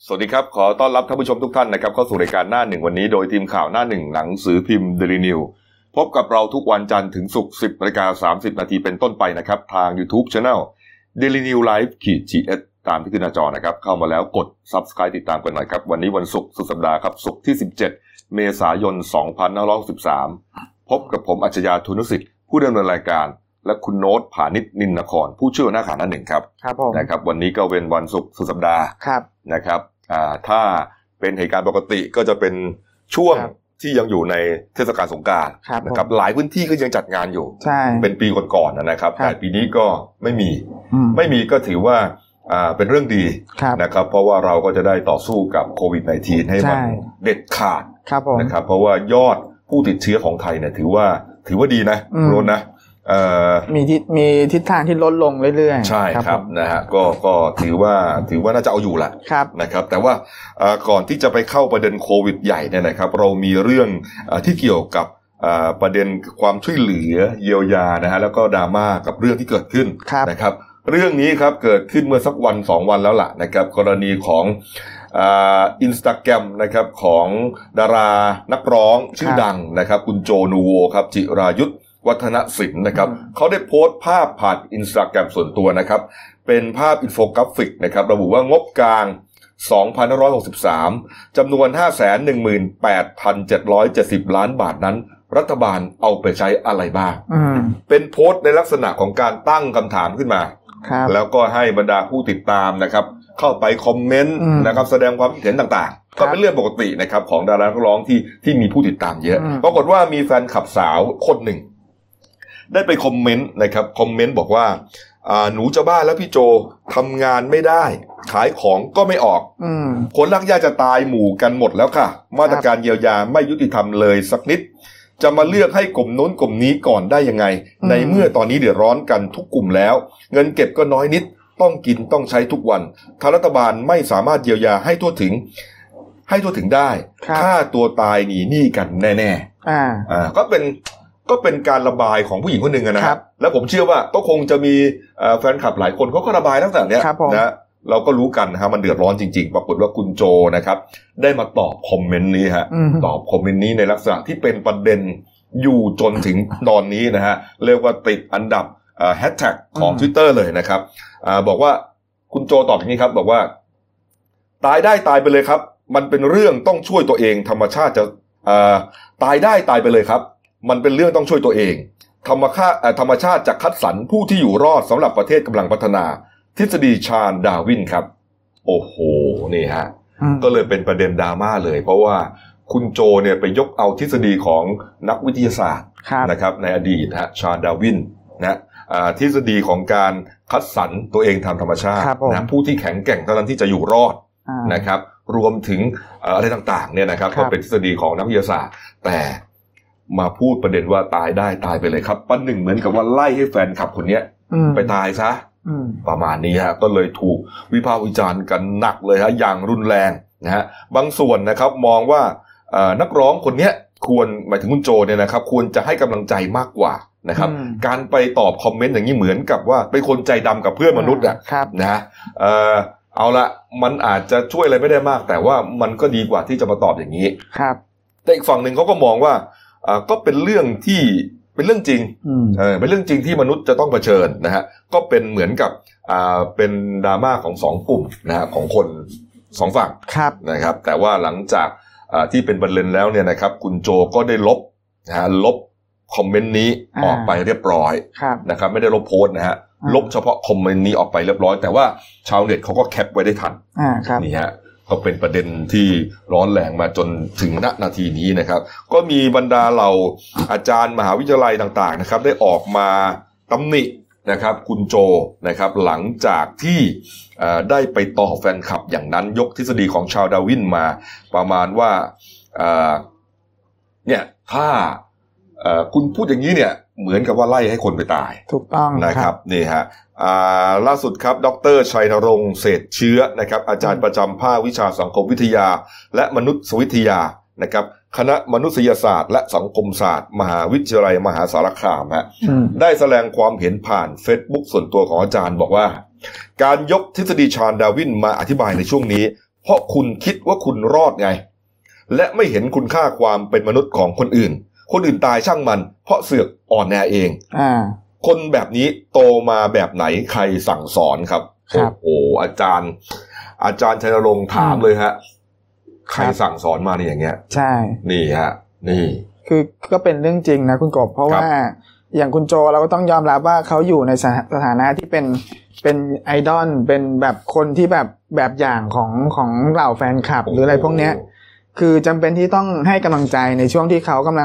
สวัสดีครับขอต้อนรับท่านผู้ชมทุกท่านนะครับเข้าสู่รายการหน้าหนึ่งวันนี้โดยทีมข่าวหน้าหนึ่งหนังสือพิมพ์ Daily News พบกับเราทุกวันจันทร์ถึงศุกร์ 10:30 น.เป็นต้นไปนะครับทาง YouTube Channel Daily News Live-GS ตามที่ขึ้นหน้าจอนะครับเข้ามาแล้วกด Subscribe ติดตามกันหน่อยครับวันนี้วันศุกร์สุดสัปดาห์ครับศุกร์ที่17เมษายน2563พบกับผมอัจฉริยะ ทุนุสิทธิ์ผู้ดำเนินรายการและคุณโน้ต ผานิช นินนครผู้ช่วยหัวหน้าข่าวหน้าหนึ่งครับครับผมนะครับวันนี้ก็เป็นวันศุกร์สุดสัปดาห์ครับนะครับถ้าเป็นเหตุการณ์ปกติก็จะเป็นช่วงที่ยังอยู่ในเทศกาลสงกรานต์นะครับหลายพื้นที่ก็ยังจัดงานอยู่เป็นปีก่อนๆนะครับแต่ปีนี้ก็ไม่มีก็ถือว่าเป็นเรื่องดีนะครับเพราะว่าเราก็จะได้ต่อสู้กับโควิด -19 ให้มันเด็ดขาดนะครับเพราะว่ายอดผู้ติดเชื้อของไทยเนี่ยถือว่าดีนะโรนนะมีทิศทางที่ลดลงเรื่อยๆใช่ครับนะฮะก็ถือว่าน่าจะเอาอยู่แหละนะครับแต่ว่าก่อนที่จะไปเข้าประเด็นโควิดใหญ่เนี่ยนะครับเรามีเรื่องที่เกี่ยวกับประเด็นความช่วยเหลือเยียวยานะฮะแล้วก็ดราม่ากับเรื่องที่เกิดขึ้นนะครับเรื่องนี้ครับเกิดขึ้นเมื่อสักวัน2วันแล้วล่ะนะครับกรณีของInstagram นะครับของดารานักร้องชื่อดังนะครับคุณโจนูโวครับจิรายุทธวัฒนศิลป์นะครับเขาได้โพสต์ภาพผ่าน Instagram ส่วนตัวนะครับเป็นภาพอินโฟกราฟิกนะครับระบุว่างบกลาง2563จำนวน 518,770 ล้านบาทนั้นรัฐบาลเอาไปใช้อะไรบ้างเป็นโพสต์ในลักษณะของการตั้งคำถามขึ้นมาแล้วก็ให้บรรดาผู้ติดตามนะครับเข้าไปคอมเมนต์นะครับแสดงความคิดเห็นต่างๆก็เป็นเรื่องปกตินะครับของดารานักร้องที่มีผู้ติดตามเยอะปรากฏว่ามีแฟนคลับสาวคนหนึ่งได้ไปคอมเมนต์นะครับคอมเมนต์บอกว่าหนูจะบ้าแล้วพี่โจทำงานไม่ได้ขายของก็ไม่ออกคนรักญาติจะตายหมู่กันหมดแล้วค่ะมาตรการเยียวยาไม่ยุติธรรมเลยสักนิดจะมาเลือกให้กลุ่มโน้นกลุ่มนี้ก่อนได้ยังไงในเมื่อตอนนี้เดือดร้อนกันทุกกลุ่มแล้วเงินเก็บก็น้อยนิดต้องกินต้องใช้ทุกวันทางรัฐบาลไม่สามารถเยียวยาให้ทั่วถึงได้ฆ่าตัวตายหนีหนี้กันแน่ๆก็เป็นการระบายของผู้หญิงคนหนึ่งนะครับแล้วผมเชื่อว่าก็คงจะมีแฟนคลับหลายคนเขาก็ระบายตั้งแต่เนี้ยนะเราก็รู้กันนะฮะมันเดือดร้อนจริงๆปรากฏว่าคุณโจนะครับได้มาตอบคอมเมนต์นี้ฮะตอบคอมเมนต์นี้ในลักษณะที่เป็นประเด็นอยู่จนถึงตอนนี้นะฮะเรียกว่าติดอันดับแฮชแท็กของ Twitter เลยนะครับบอกว่าคุณโจตอบอย่างนี้ครับบอกว่าตายได้ตายไปเลยครับมันเป็นเรื่องต้องช่วยตัวเองธรรมชาติจะตายได้ตายไปเลยครับมันเป็นเรื่องต้องช่วยตัวเองธรรมชาติจะคัดสรรผู้ที่อยู่รอดสำหรับประเทศกำลังพัฒนาทฤษฎีชาร์ลส์ดาร์วินครับโอ้โหนี่ฮะก็เลยเป็นประเด็นดราม่าเลยเพราะว่าคุณโจเนี่ยไปยกเอาทฤษฎีของนักวิทยาศาสตร์นะครับในอดีตนะชาร์ลส์ดาร์วินนะทฤษฎีของการคัดสรรตัวเองตามธรรมชาตินะผู้ที่แข็งแกร่งเท่านั้นที่จะอยู่รอดนะครับรวมถึงอะไรต่างๆเนี่ยนะครับก็เป็นทฤษฎีของนักวิทยาศาสตร์แต่มาพูดประเด็นว่าตายได้ตายไปเลยครับประหนึ่งเหมือนกับว่าไล่ให้แฟนคลับคนนี้ไปตายซะประมาณนี้ฮะก็เลยถูกวิพากษ์วิจารณ์กันหนักเลยฮะอย่างรุนแรงนะฮะบางส่วนนะครับมองว่านักร้องคนนี้ควรหมายถึงคุณโจเนี่ยนะครับควรจะให้กำลังใจมากกว่านะครับการไปตอบคอมเมนต์อย่างนี้เหมือนกับว่าเป็นคนใจดำกับเพื่อนมนุษย์อ่ะนะเอาละมันอาจจะช่วยอะไรไม่ได้มากแต่ว่ามันก็ดีกว่าที่จะมาตอบอย่างนี้แต่อีกฝั่งหนึ่งเขาก็มองว่าก็เป็นเรื่องที่เป็นเรื่องจริงเป็นเรื่องจริงที่มนุษย์จะต้องเผชิญนะฮะก็เป็นเหมือนกับเป็นดราม่าของ2กลุ่มนะฮะของคน2ฝั่งนะครับแต่ว่าหลังจากที่เป็นประเด็นแล้วเนี่ยนะครับคุณโจก็ได้ลบคอมเมนต์นี้ออกไปเรียบร้อยนะครับไม่ได้ลบโพสต์นะฮะลบเฉพาะคอมเมนต์นี้ออกไปเรียบร้อยแต่ว่าชาวเน็ตเขาก็แคปไว้ได้ทันนี่ฮะก็เป็นประเด็นที่ร้อนแรงมาจนถึงณนาทีนี้นะครับก็มีบรรดาเหล่าอาจารย์มหาวิทยาลัยต่างๆนะครับได้ออกมาตำหนินะครับคุณโจนะครับหลังจากที่ได้ไปต่อแฟนคลับอย่างนั้นยกทฤษฎีของชาร์ลส์ดาร์วินมาประมาณว่าเนี่ยถ้าคุณพูดอย่างนี้เนี่ยเหมือนกับว่าไล่ให้คนไปตายถูกต้องนะครับนี่ฮะล่าสุดครับดร.ชัยนรงค์เศรษฐเชื้อนะครับอาจารย์ประจำภาควิชาสังคมวิทยาและมนุษยวิทยานะครับคณะมนุษยศาสตร์และสังคมศาสตร์มหาวิทยาลัยมหาสารคามได้แสดงความเห็นผ่าน Facebook ส่วนตัวของอาจารย์บอกว่าการยกทฤษฎีชาร์ลส์ดาร์วินมาอธิบายในช่วงนี้เพราะคุณคิดว่าคุณรอดไงและไม่เห็นคุณค่าความเป็นมนุษย์ของคนอื่นตายช่างมันเพราะเสือกอ่อนแอเองคนแบบนี้โตมาแบบไหนใครสั่งสอนครับโอ้อาจารย์ชัยนรงค์ถามเลยฮะใครสั่งสอนมาเนี่ยอย่างเงี้ยใช่นี่ฮะนี่คือก็เป็นเรื่องจริงนะคุณกบเพราะว่าอย่างคุณโจเราก็ต้องยอมรับว่าเขาอยู่ในสถานะที่เป็นไอดอลเป็นแบบคนที่แบบอย่างของเหล่าแฟนคลับหรืออะไรพวกเนี้ยคือจำเป็นที่ต้องให้กำลังใจในช่วงที่เขากำลัง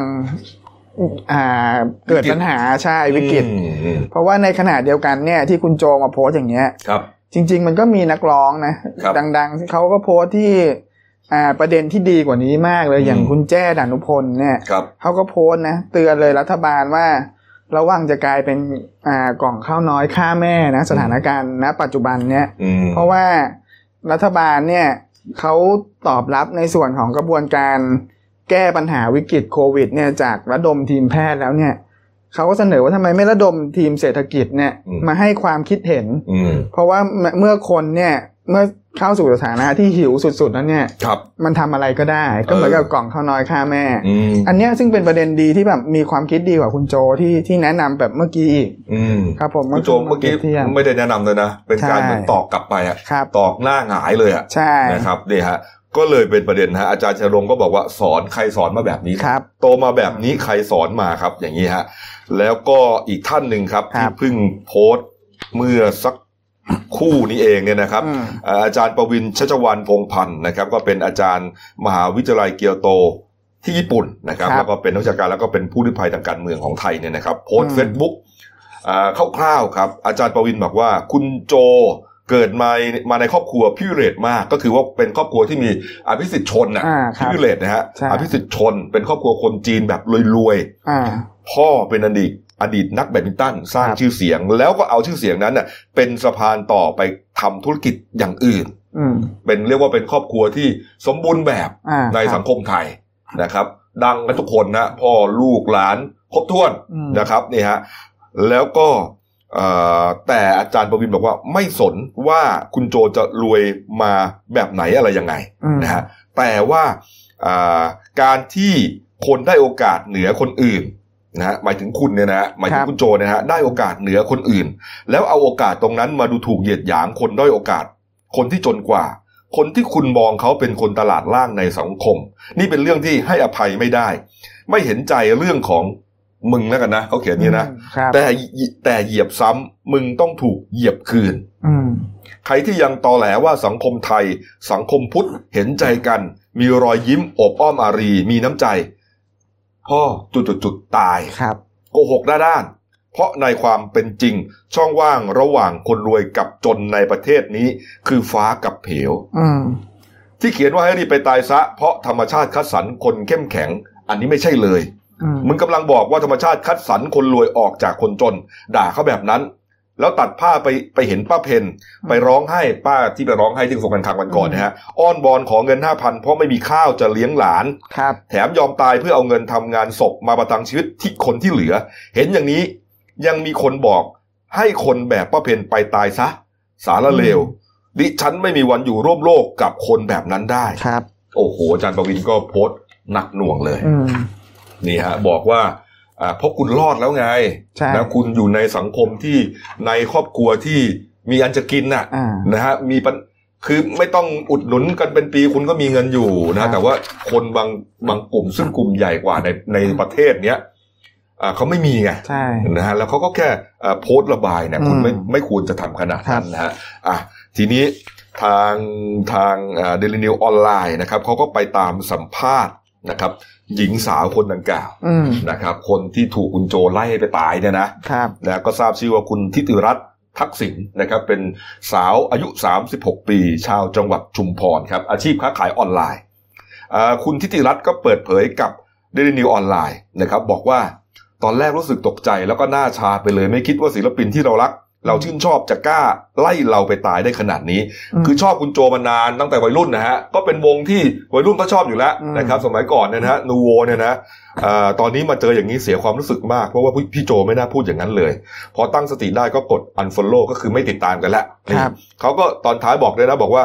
เกิดปัญหาใช่วิกฤตเพราะว่าในขณะเดียวกันเนี่ยที่คุณโจมาโพสอย่างเงี้ยจริงๆมันก็มีนักร้องนะดังๆเขาก็โพสที่ประเด็นที่ดีกว่านี้มากเลยอย่างคุณแจ้ดานุพลเนี่ยเขาก็โพสนะเตือนเลยรัฐบาลว่าระวังจะกลายเป็นกล่องข้าวน้อยฆ่าแม่นะสถานการณ์ณปัจจุบันเนี่ยเพราะว่ารัฐบาลเนี่ยเขาตอบรับในส่วนของกระบวนการแก้ปัญหาวิกฤตโควิดเนี่ยจากระดมทีมแพทย์แล้วเนี่ยเขาก็เสนอว่าทำไมไม่ระดมทีมเศรษฐกิจเนี่ยมาให้ความคิดเห็นเพราะว่าเมื่อคนเนี่ยเมื่อเข้าสู่สถานะที่หิวสุดๆแล้วเนี่ยมันทำอะไรก็ได้ก็เหมือนกับกล่องข้าวน้อยฆ่าแม่อันเนี้ยซึ่งเป็นประเด็นดีที่แบบมีความคิดดีกว่าคุณโจที่แนะนำแบบเมื่อกี้อีกครับผมคุณโจเมื่อกี้ไม่ได้แนะนำเลยนะเป็นการเหมือนตอกกลับไปอะตอกหน้าหงายเลยอะนะครับนี่ฮะก็เลยเป็นประเด็นฮะอาจารย์ชรงค์ก็บอกว่าสอนใครสอนมาแบบนี้โตมาแบบนี้ใครสอนมาครับอย่างนี้ฮะแล้วก็อีกท่านหนึ่งครับที่เพิ่งโพสต์เมื่อสักคู่นี้เองเนี่ยนะครับอาจารย์ประวินชัชวรรณพงษ์พันธ์นะครับก็เป็นอาจารย์มหาวิทยาลัยเกียวโตที่ญี่ปุ่นนะครับแล้วก็เป็นนักวิชาการแล้วก็เป็นผู้ลี้ภัยทางการเมืองของไทยเนี่ยนะครับโพสต์ Facebook คร่าวๆครับอาจารย์ประวินบอกว่าคุณโจเกิดมาในครอบครัวพิเรศมากก็คือว่าเป็นครอบครัวที่มีอภิสิทธิชนน่ะพิเรศนะฮะอภิสิทธิชนเป็นครอบครัวคนจีนแบบรวยๆพ่อเป็นอดีตนักแบดมินตันสร้างชื่อเสียงแล้วก็เอาชื่อเสียงนั้นน่ะเป็นสะพานต่อไปทำธุรกิจอย่างอื่นเป็นเรียกว่าเป็นครอบครัวที่สมบูรณ์แบบในสังคมไทยนะครับดังกันทุกคนนะพ่อลูกหลานครบถ้วนนะครับนี่ฮะแล้วก็แต่อาจารย์ประวินบอกว่าไม่สนว่าคุณโจจะรวยมาแบบไหนอะไรยังไงนะฮะแต่ว่าการที่คนได้โอกาสเหนือคนอื่นนะฮะหมายถึงคุณเนี่ยนะหมายถึงคุณโจเนี่ยฮะได้โอกาสเหนือคนอื่นแล้วเอาโอกาสตรงนั้นมาดูถูกเหยียดหยามคนด้อยโอกาสคนที่จนกว่าคนที่คุณมองเขาเป็นคนตลาดล่างในสังคมนี่เป็นเรื่องที่ให้อภัยไม่ได้ไม่เห็นใจเรื่องของมึงแล้วกันนะเขาเขียนนี้นะแต่เหยียบซ้ำมึงต้องถูกเหยียบคืนใครที่ยังตอแหลว่าสังคมไทยสังคมพุทธเห็นใจกันมีรอยยิ้มอบอ้อมอารีมีน้ำใจพ่อจุดตายโกหกด้านเพราะในความเป็นจริงช่องว่างระหว่างคนรวยกับจนในประเทศนี้คือฟ้ากับเหวที่เขียนว่าให้รีบไปตายซะเพราะธรรมชาติคัดสรรคนเข้มแข็งอันนี้ไม่ใช่เลยมึงกำลังบอกว่าธรรมชาติคัดสรรคนรวยออกจากคนจนด่าเขาแบบนั้นแล้วตัดผ้าไปเห็นป้าเพนไปร้องไห้ป้าที่ไปร้องไห้ที่กระทรวงการคลังวันก่อนนะฮะอ้อนบอนขอเงิน 5,000 เพราะไม่มีข้าวจะเลี้ยงหลานแถมยอมตายเพื่อเอาเงินทำงานศพมาประทังชีวิตที่คนที่เหลือเห็นอย่างนี้ยังมีคนบอกให้คนแบบป้าเพนไปตายซะสารเลวดิฉันไม่มีวันอยู่ร่วมโลกกับคนแบบนั้นได้โอ้โหอาจารย์ประวินก็โพสต์หนักหน่วงเลยนี่ฮะบอกว่าเพราะคุณรอดแล้วไงนะคุณอยู่ในสังคมที่ในครอบครัวที่มีอันจะกินน่ะนะฮะคือไม่ต้องอุดหนุนกันเป็นปีคุณก็มีเงินอยู่นะแต่ว่าคนบางกลุ่มซึ่งกลุ่มใหญ่กว่าในประเทศเนี้ยเขาไม่มีไงนะฮะแล้วเขาก็แค่โพสต์ระบายเนี่ยคุณไม่ควรจะทำขนาดนั้นนะฮะทีนี้ทางDaily News ออนไลน์นะครับเขาก็ไปตามสัมภาษณ์นะครับหญิงสาวคนดังกล่าวนะครับคนที่ถูกคุณโจไล่ให้ไปตายเนี่ยนะแล้วก็ทราบชื่อว่าคุณทิติรัตน์ทักษิณนะครับเป็นสาวอายุ36ปีชาวจังหวัดชุมพรครับอาชีพค้าขายออนไลน์คุณทิติรัตน์ก็เปิดเผยกับ Daily News ออนไลน์นะครับบอกว่าตอนแรกรู้สึกตกใจแล้วก็หน้าชาไปเลยไม่คิดว่าศิลปินที่เรารักเราชื่นชอบจะกล้าไล่เราไปตายได้ขนาดนี้คือชอบคุณโจมานานตั้งแต่วัยรุ่นนะฮะก็เป็นวงที่วัยรุ่นก็ชอบอยู่แล้วนะครับสมัยก่อนเนี่ยนะฮะนูโวเนี่ยนะตอนนี้มาเจออย่างนี้เสียความรู้สึกมากเพราะว่าพี่โจไม่น่าพูดอย่างนั้นเลยพอตั้งสติได้ก็กด unfollow ก็คือไม่ติดตามกันแล้วเขาก็ตอนท้ายบอกเลยนะบอกว่า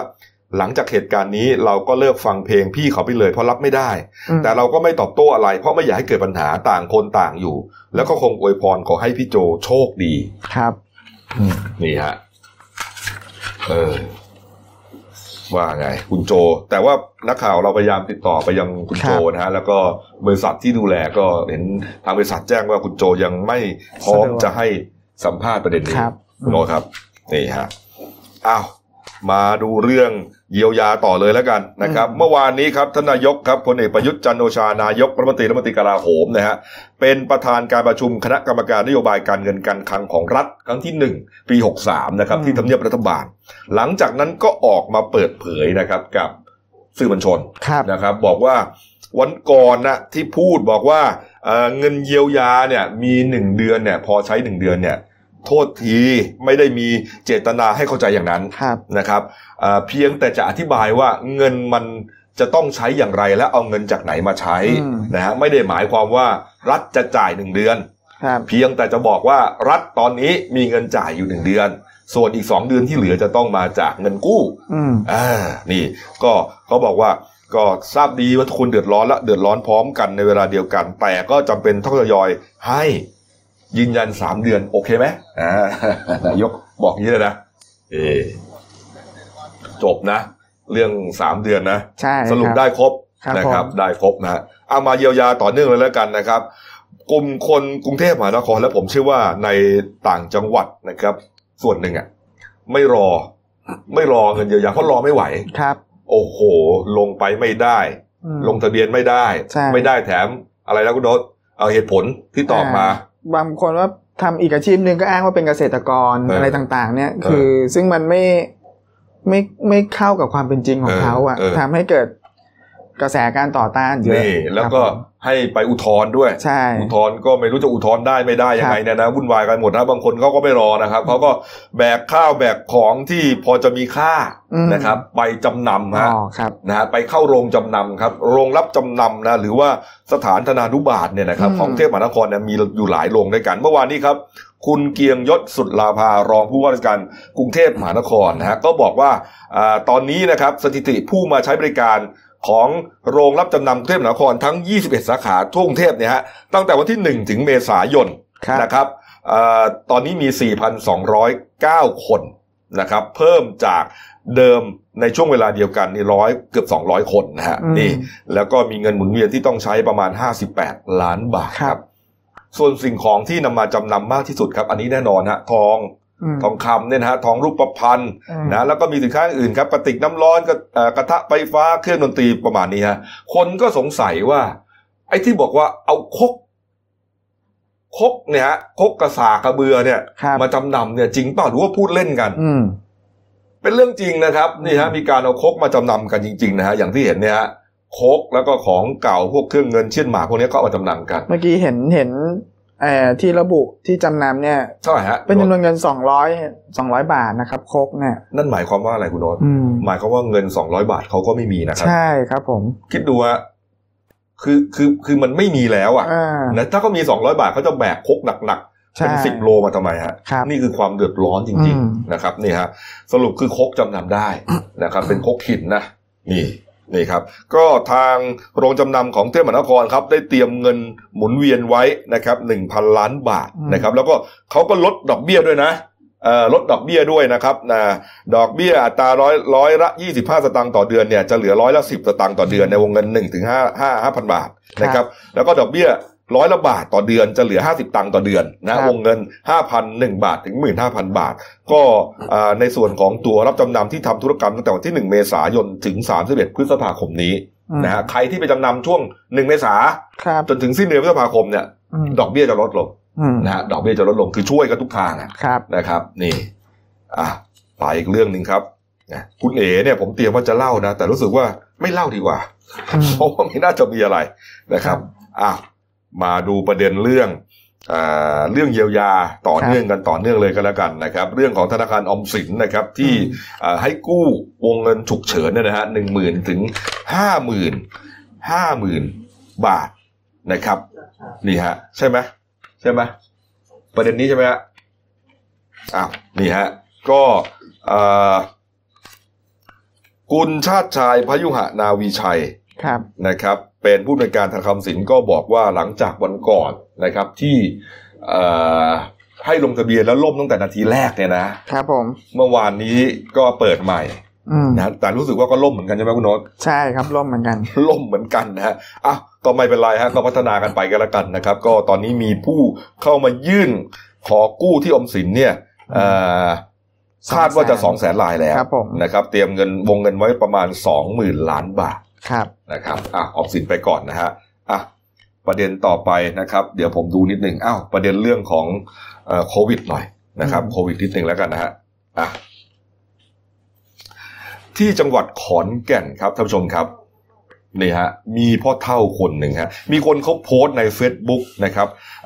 หลังจากเหตุการณ์นี้เราก็เลิกฟังเพลงพี่เขาไปเลยเพราะรับไม่ได้แต่เราก็ไม่ตอบโต้อะไรเพราะไม่อยากให้เกิดปัญหาต่างคนต่างอยู่แล้วก็คงอวยพรขอให้พี่โจโชคดีครับนี่ฮะว่าไงคุณโจแต่ว่านักข่าวเราพยายามติดต่อไปยังคุณโจนะฮะแล้วก็บริษัทที่ดูแลก็เห็นทางบริษัทแจ้งว่าคุณโจยังไม่พร้อมจะให้สัมภาษณ์ประเด็นนี้คุณโจครับนี่ฮะอ้าวมาดูเรื่องเยียวยาต่อเลยแล้วกันนะครับเมื่อวานนี้ครับท่านนายกครับพลเอกประยุทธ์จันทร์โอชานายกรัฐมนตรีกลาโหมนะฮะเป็นประธานการประชุมคณะกรรมการนโยบายการเงินการคลังของรัฐครั้งที่1ปี63นะครับที่ทำเนียบรัฐบาลหลังจากนั้นก็ออกมาเปิดเผยนะครับกับสื่อมวลชนนะครับบอกว่าวันก่อนนะที่พูดบอกว่าเงินเยียวยาเนี่ยมี1เดือนเนี่ยพอใช้1เดือนเนี่ยโทษทีไม่ได้มีเจตนาให้เข้าใจอย่างนั้นนะครับเพียงแต่จะอธิบายว่าเงินมันจะต้องใช้อย่างไรและเอาเงินจากไหนมาใช้นะฮะไม่ได้หมายความว่ารัฐจะจ่าย1เดือนเพียงแต่จะบอกว่ารัฐตอนนี้มีเงินจ่ายอยู่1เดือนส่วนอีก2เดือนที่เหลือจะต้องมาจากเงินกู้นี่ก็เขาบอกว่าก็ทราบดีว่าทุกคนเดือดร้อนและเดือดร้อนพร้อมกันในเวลาเดียวกันแต่ก็จำเป็นต้องทยอยให้ยืนยัน3เดือนโอเคไหมนายกบอกอย่างนี้เลยนะจบนะเรื่อง3เดือนนะสรุปได้ครบนะครับได้ครบนะเอามาเยียวยาต่อเนื่องเลยแล้วกันนะครับกลุ่มคนกรุงเทพมหานครและผมเชื่อว่าในต่างจังหวัดนะครับส่วนหนึ่งไม่รอเงินเยียวยาเพราะรอไม่ไหวครับโอ้โหลงไปไม่ได้ลงทะเบียนไม่ได้แถมอะไรนะคุณโดสเอาเหตุผลที่ตอบมาบางคนว่าทำอีกอาชีพหนึ่งก็อ้างว่าเป็นเกษตรกรอะไรต่างๆเนี่ยคือซึ่งมันไม่เข้ากับความเป็นจริงของเขาทำให้เกิดกระแสการต่อต้านเยอะแล้วก็ให้ไปอุทธรณ์ด้วยอุทธรณ์ก็ไม่รู้จะอุทธรณ์ได้ไม่ได้ยังไงเนี่ยนะวุ่นวายกันหมดนะบางคนเขาก็ไม่รอนะครับเขาก็แบกข้าวแบกของที่พอจะมีค่านะครับไปจำนำนะฮะไปเข้าโรงจำนำครับโรงรับจำนำนะหรือว่าสถานธนานุบาลเนี่ยนะครับของกรุงเทพมหานครเนี่ยมีอยู่หลายโรงด้วยกันเมื่อวานนี้ครับคุณเกียงยศสุดลาภารองผู้ว่าราชการกรุงเทพมหานครนะฮะก็บอกว่าตอนนี้นะครับสถิติผู้มาใช้บริการของโรงรับจำนำกรุงเทพมหานครทั้ง21สาขาทั่วกรุงเทพเนี่ยฮะตั้งแต่วันที่1ถึงเมษายนนะครับตอนนี้มี 4,209 คนนะครับเพิ่มจากเดิมในช่วงเวลาเดียวกันนี่เกือบ200คนนะฮะนี่แล้วก็มีเงินหมุนเวียนที่ต้องใช้ประมาณ58ล้านบาทครับส่วนสิ่งของที่นำมาจำนำมากที่สุดครับอันนี้แน่นอนฮะทองคำเนี่ยนะฮะทองรูปพรรณนะแล้วก็มีสินค้าอื่นครับกระติกน้ำร้อนกระทะไฟฟ้าเครื่องดนตรีประมาณนี้ฮะคนก็สงสัยว่าไอ้ที่บอกว่าเอาคกเนี่ยฮะคกกระสากระเบือเนี่ยมาจำนำเนี่ยจริงเปล่าหรือว่าพูดเล่นกันเป็นเรื่องจริงนะครับนี่ฮะมีการเอาคกมาจำนำกันจริงๆนะฮะอย่างที่เห็นเนี่ยฮะคกแล้วก็ของเก่าพวกเครื่องเงินเช่นหมากพวกนี้ก็เอามาจำนำกันเมื่อกี้เห็นที่ระบุที่จำนำเนี่ยเท่าไหร่ฮะเป็นจำนวนเงิน200บาทนะครับครกเนี่ยนั่นหมายความว่าอะไรคุณโน้ตหมายความว่าเงิน200บาทเขาก็ไม่มีนะครับใช่ครับผมคิดดูว่าคือมันไม่มีแล้วนะถ้าเขามี200บาทเขาจะแบกครกหนักๆเป็น10โลมาทำไมฮะนี่คือความเดือดร้อนจริงๆนะครับนี่ฮะสรุปคือครกจำนำได้นะครับเป็นครกหินนะนี่ครับก็ทางโรงจำนำของกรุงเทพมหานครครับได้เตรียมเงินหมุนเวียนไว้นะครับ 1,000 ล้านบาทนะครับแล้วก็เขาก็ลดดอกเบี้ยด้วยนะลดดอกเบี้ยด้วยนะครับดอกเบี้ยอัตราร้อยละ25สตางค์ต่อเดือนเนี่ยจะเหลือ10%สตางค์ต่อเดือนในวงเงิน 1-5,000 บาทนะครับแล้วก็ดอกเบี้ย100 บาทต่อเดือนจะเหลือ50ตังค์ต่อเดือนนะวงเงิน 5,001 บาทถึง 15,000 บาทก็ในส่วนของตัวรับจำนำที่ทำธุรกรรมตั้งแต่วันที่1เมษายนถึง31พฤษภาคมนี้นะฮะใครที่ไปจำนำช่วง1เมษาจนถึงสิ้นเดือนพฤษภาคมเนี่ยดอกเบี้ยจะลดลงนะฮะดอกเบี้ยจะลดลงคือช่วยกันทุกทางนะครับนี่ไปอีกเรื่องนึงครับคุณเอ๋เนี่ยผมเตรียมว่าจะเล่านะแต่รู้สึกว่าไม่เล่าดีกว่าเพราะว่าไม่น่าจะมีอะไรนะครับมาดูประเด็นเรื่องเยียวยาต่อเนื่องเลยก็แล้วกันนะครับเรื่องของธนาคารออมสินนะครับที่ให้กู้วงเงินฉุกเฉินเนี่ยนะฮะ 10,000 ถึง 50,000 บาทนะครับนี่ฮะใช่ไหมประเด็นนี้ใช่ไหมฮะนี่ฮะก็คุณชาติชายพยุหนาวีชัยนะครับเป็นผู้อำนวยการธนาคารออมสินก็บอกว่าหลังจากวันก่อนนะครับที่ให้ลงทะเบียนแล้วล่มตั้งแต่นาทีแรกเนี่ยนะครับผมเมื่อวานนี้ก็เปิดใหม่นะแต่รู้สึกว่าก็ล่มเหมือนกันใช่ไหมคุณโน้ตใช่ครับล่มเหมือนกันล่มเหมือนกันนะฮะก็ไม่เป็นไรฮะก็พัฒนากันไปกันแล้วกันนะครับก็ตอนนี้มีผู้เข้ามายื่นขอกู้ที่ออมสินเนี่ยคาดว่าจะ 200,000 รายแล้วนะครับเตรียมเงินวงเงินไว้ประมาณ 20,000 ล้านบาทนะครับออมสินไปก่อนนะฮะประเด็นต่อไปนะครับเดี๋ยวผมดูนิดนึงประเด็นเรื่องของโควิดหน่อยนะครับโควิดนิดนึงแล้วกันนะฮะที่จังหวัดขอนแก่นครับท่านผู้ชมครับนี่ฮะมีพ่อเฒ่าคนหนึ่งฮะมีคนเขาโพสต์ใน Facebook นะครับ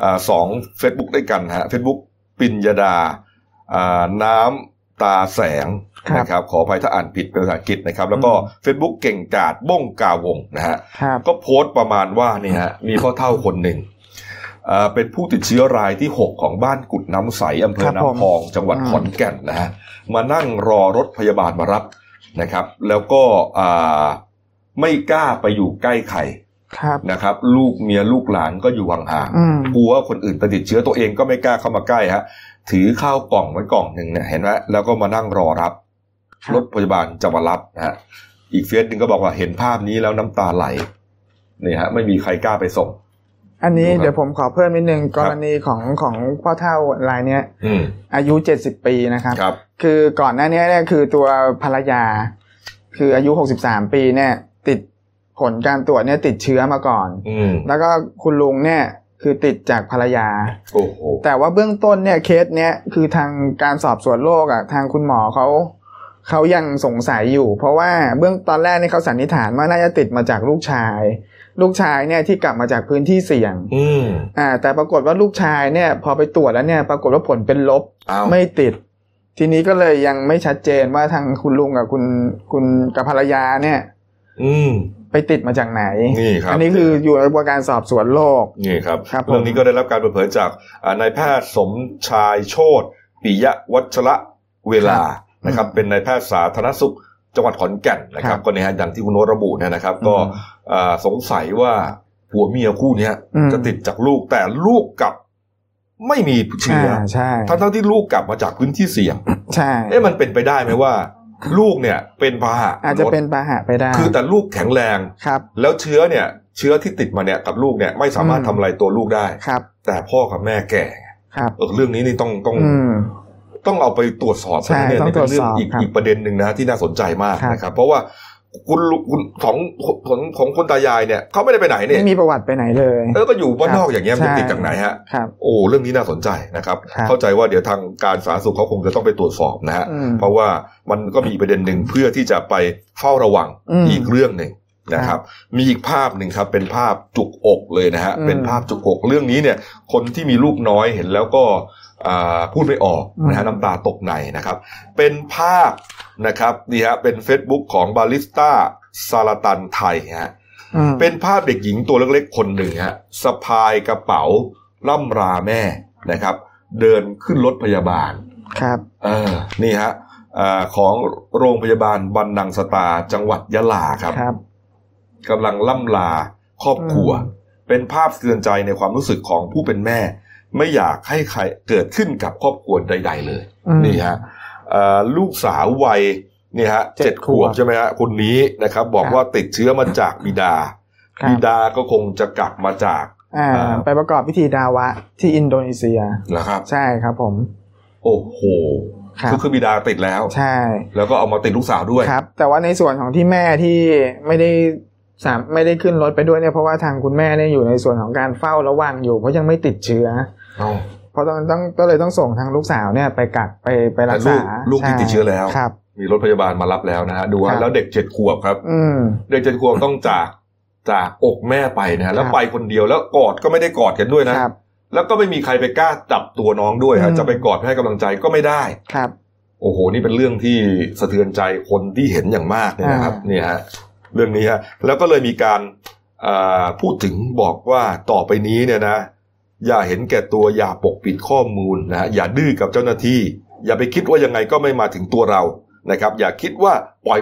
2 Facebook ด้วยกันฮะ Facebook ปิญญดาน้ำตาแสงนะครับขออภัยถ้าอ่านผิดเป็นภาษาอังกฤษนะครับแล้วก็ Facebook เก่งกาจบ้งกาวงนะฮะก็โพสต์ประมาณว่านี่ฮะมีพ่อเฒ่าคนหนึ่งเป็นผู้ติดเชื้อรายที่6ของบ้านกุดน้ำใสอำเภอน้ำพองจังหวัดขอนแก่นนะฮะมานั่งรอรถพยาบาลมารับนะครับแล้วก็ไม่กล้าไปอยู่ใกล้ใครนะครับลูกเมียลูกหลานก็อยู่ห่างๆกลัวคนอื่นติดเชื้อตัวเองก็ไม่กล้าเข้ามาใกล้ฮะถือข้าวกล่องไว้กล่องหนึ่งเนี่ยเห็นไหมแล้วก็มานั่งรอรับรถพยาบาลจะมารับนะฮะอีกเฟซนึงก็บอกว่าเห็นภาพนี้แล้วน้ำตาไหลนี่ฮะไม่มีใครกล้าไปส่งอันนี้เดี๋ยวผมขอเพิ่มนิดนึงกรณีของพ่อเฒ่ารายนี้อายุ70 ปีนะครับคือก่อนหน้านี้เนี่ยคือตัวภรรยาคืออายุ63 ปีเนี่ยติดผลการตรวจเนี่ยติดเชื้อมาก่อนแล้วก็คุณลุงเนี่ยคือติดจากภรรยาแต่ว่าเบื้องต้นเนี่ยเคสเนี้ยคือทางการสอบสวนโรคทางคุณหมอเขายังสงสัยอยู่เพราะว่าเบื้องตอนแรกนี่เขาสันนิษฐานว่าน่าจะติดมาจากลูกชายเนี่ยที่กลับมาจากพื้นที่เสี่ยงแต่ปรากฏว่าลูกชายเนี่ยพอไปตรวจแล้วเนี่ยปรากฏว่าผลเป็นลบไม่ติดทีนี้ก็เลยยังไม่ชัดเจนว่าทางคุณลุงกับคุณกับภรรยาเนี่ยไปติดมาจากไหนอันนี้คืออยู่ในกระบวนการสอบสวนโรคนี่ครับเรื่องนี้ก็ได้รับการเปิดเผยจากนายแพทย์สมชายโชติปิยวัชระเวลานะครับเป็นนายแพทย์สาธารณสุขจังหวัดขอนแก่นนะครับก็เนี่ยอย่างที่คุณโนระบุเนี่ยนะครับก็สงสัยว่าผัวเมียคู่นี้จะติดจากลูกแต่ลูกกับไม่มีเชื้อทั้งที่ลูกกลับมาจากพื้นที่เสี่ยงใช่มันเป็นไปได้ไหมว่าลูกเนี่ยเป็นพาหะอาจจะเป็นพาหะไปได้คือแต่ลูกแข็งแรงแล้วเชื้อที่ติดมาเนี่ยกับลูกเนี่ยไม่สามารถทำอะไรตัวลูกได้แต่พ่อกับแม่แก่เรื่องนี้นี่ต้องเอาไปตรวจสอบเนี่ยเป็นเรื่องอีกประเด็นหนึ่งนะที่น่าสนใจมากนะครับเพราะว่าคุณของคนตายายเนี่ยเขาไม่ได้ไปไหนเนี่ยไม่มีประวัติไปไหนเลยก็อยู่บ้านนอกอย่างเงี้ยมันติดจากไหนฮะโอ้เรื่องนี้น่าสนใจนะครับเข้าใจว่าเดี๋ยวทางการสาธารณสุขเขาคงจะต้องไปตรวจสอบนะฮะเพราะว่ามันก็มีประเด็นหนึ่งเพื่อที่จะไปเฝ้าระวังอีกเรื่องหนึ่งนะครับมีอีกภาพหนึ่งครับเป็นภาพจุกอกเลยนะฮะเป็นภาพจุกอกเรื่องนี้เนี่ยคนที่มีลูกน้อยเห็นแล้วก็พูดไม่ออกนะฮะน้ำตาตกในนะครับเป็นภาพนะครับนี่ฮะเป็น Facebook ของบาริสต้าซาลาตันไทยฮะเป็นภาพเด็กหญิงตัวเล็กๆคนหนึ่งฮะสะพายกระเป๋าล่ำราแม่นะครับเดินขึ้นรถพยาบาลครับนี่ฮะของโรงพยาบาลบันนังสตาจังหวัดยะลาครับกำลังล่ำลาครอบครัวเป็นภาพเตือนใจในความรู้สึกของผู้เป็นแม่ไม่อยากให้ใครเกิดขึ้นกับครอบครัวใดๆเลยนี่ฮะลูกสาววัยนี่ฮะ7 ขวบใช่ไหมฮะคนนี้นะครับบอกว่าติดเชื้อมาจากบิดาก็คงจะกลับมาจากไปประกอบพิธีดาวะที่อินโดนีเซียเหรอครับใช่ครับผมโอ้โหคือบิดาติดแล้วใช่แล้วก็เอามาติดลูกสาวด้วยครับแต่ว่าในส่วนของที่แม่ที่ไม่ได้ขึ้นรถไปด้วยเนี่ยเพราะว่าทางคุณแม่เนี่ยอยู่ในส่วนของการเฝ้าระวังอยู่เพราะยังไม่ติดเชื้อเพราะก็เลยต้องส่งทางลูกสาวเนี่ยไปกักไปรักษาลูกที่ติดเชื้อแล้วมีรถพยาบาลมารับแล้วนะฮะดูว่าแล้วเด็ก7 ขวบครับเด็ก7 ขวบต้องจากอกแม่ไปนะแล้วไปคนเดียวแล้วกอดก็ไม่ได้กอดกันด้วยนะแล้วก็ไม่มีใครไปกล้าจับตัวน้องด้วยฮะจะไปกอดให้กำลังใจก็ไม่ได้ครับโอ้โหนี่เป็นเรื่องที่สะเทือนใจคนที่เห็นอย่างมากเนี่ยนะครับนี่ฮะเรื่องนี้ฮะแล้วก็เลยมีการพูดถึงบอกว่าต่อไปนี้เนี่ยนะอย่าเห็นแก่ตัวอย่าปกปิดข้อมูลนะอย่าดื้อกับเจ้าหน้าที่อย่าไปคิดว่ายังไงก็ไม่มาถึงตัวเรานะครับอย่าคิดว่าปล่อยไป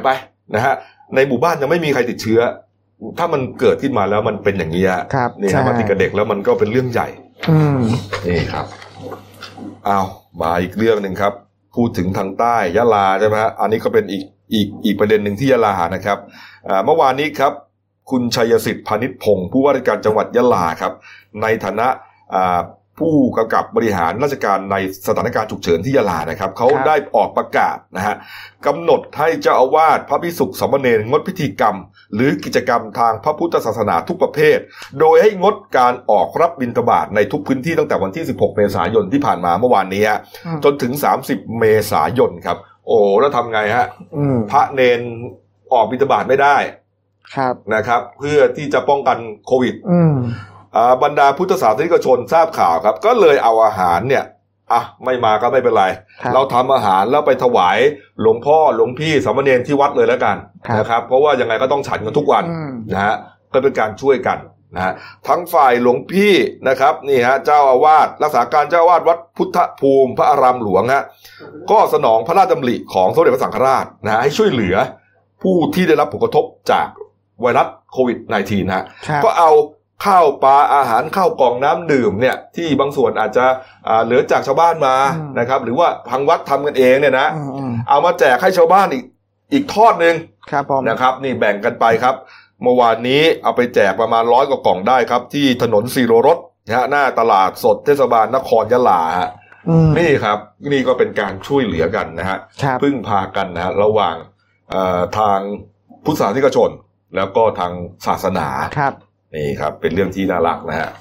นะฮะในหมู่บ้านยังไม่มีใครติดเชื้อถ้ามันเกิดขึ้นมาแล้วมันเป็นอย่างนี้ฮะนี่ฮะมาติดกับเด็กแล้วมันก็เป็นเรื่องใหญ่นี่ครับอ้าวมาอีกเรื่องนึงครับพูดถึงทางใต้ยะลาใช่ไหมฮะอันนี้ก็เป็นอีกประเด็นหนึ่งที่ยะลานะครับเมื่อวานนี้ครับคุณชัยสิทธิ์พานิชพงศ์ผู้ว่าราชการจังหวัดยะลาครับในฐานะผู้กำกับบริหารราชการในสถานการณ์ฉุกเฉินที่ยะลานะครับเขาได้ออกประกาศนะฮะกำหนดให้เจ้าอาวาสพระภิกษุสามเณรงดพิธีกรรมหรือกิจกรรมทางพระพุทธศาสนาทุกประเภทโดยให้งดการออกรับบิณฑบาตในทุกพื้นที่ตั้งแต่วันที่16เมษายนที่ผ่านมาเมื่อวานนี้จนถึง30เมษายนครับโอ้แล้วทำไงฮะพระเนรออกบิณฑบาตไม่ได้นะครับเพื่อที่จะป้องกันโควิดบรรดาพุทธศาสนิกชนทราบข่าวครับก็เลยเอาอาหารเนี่ยไม่มาก็ไม่เป็นไรเราทำอาหารแล้วไปถวายหลวงพ่อหลวงพี่สามเณรที่วัดเลยแล้วกันนะครับเพราะว่ายังไงก็ต้องฉันกันทุกวันนะฮะก็เป็นการช่วยกันนะฮะทั้งฝ่ายหลวงพี่นะครับนี่ฮะเจ้าอาวาสรักษาการเจ้าอาวาสวัดพุทธภูมิพระอารามหลวงฮะก็สนองพระราชดำริของสมเด็จพระสังฆราชนะให้ช่วยเหลือผู้ที่ได้รับผลกระทบจากไวรัสโควิด -19 ฮะก็เอาข้าวปลาอาหารข้าวกล่องน้ำดื่มเนี่ยที่บางส่วนอาจจะเหลือจากชาวบ้านมานะครับหรือว่าทางวัดทำกันเองเนี่ยนะเอามาแจกให้ชาวบ้านอีกทอดนึงนะครับนี่แบ่งกันไปครับเมื่อวานนี้เอาไปแจกประมาณ100 กว่ากล่องได้ครับที่ถนนสีโรรสนะฮะหน้าตลาดสดเทศบาลนครยะลาฮะนี่ครับนี่ก็เป็นการช่วยเหลือกันนะฮะพึ่งพากันนะระหว่างทางพุทธศาสนิกชนแล้วก็ทางศาสนานี่ครับเป็นเรื่องที่น่ารักนะฮะ